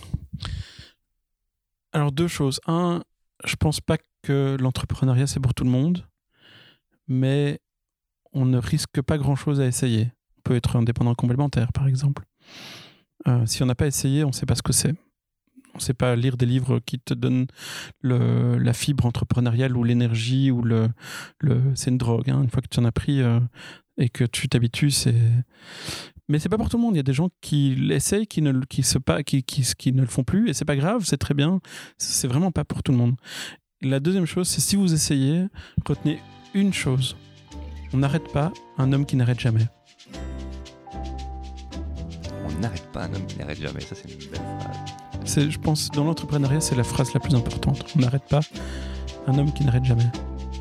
A: Alors, deux choses. Un, je pense pas que l'entrepreneuriat, c'est pour tout le monde, mais on ne risque pas grand-chose à essayer. On peut être indépendant complémentaire, par exemple. Euh, si on n'a pas essayé, on ne sait pas ce que c'est. On ne sait pas lire des livres qui te donnent le, la fibre entrepreneuriale ou l'énergie, ou le, le, c'est une drogue. Hein. Une fois que tu en as pris... Euh, et que tu t'habitues, c'est... Mais c'est pas pour tout le monde. Il y a des gens qui l'essayent, qui ne, qui se pas, qui, qui, qui ne le font plus, et c'est pas grave, c'est très bien. C'est vraiment pas pour tout le monde. La deuxième chose, c'est si vous essayez, retenez une chose. On n'arrête pas un homme qui n'arrête jamais.
C: On n'arrête pas un homme qui n'arrête jamais. Ça, c'est une belle phrase.
A: C'est, je pense, dans l'entrepreneuriat, c'est la phrase la plus importante. On n'arrête pas un homme qui n'arrête jamais.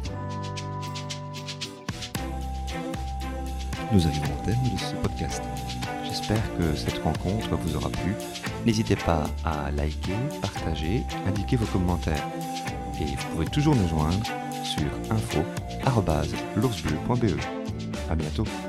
B: Nous arrivons au terme de ce podcast. J'espère que cette rencontre vous aura plu. N'hésitez pas à liker, partager, indiquer vos commentaires. Et vous pouvez toujours nous joindre sur info arobase l'oursbleu point b e. À bientôt.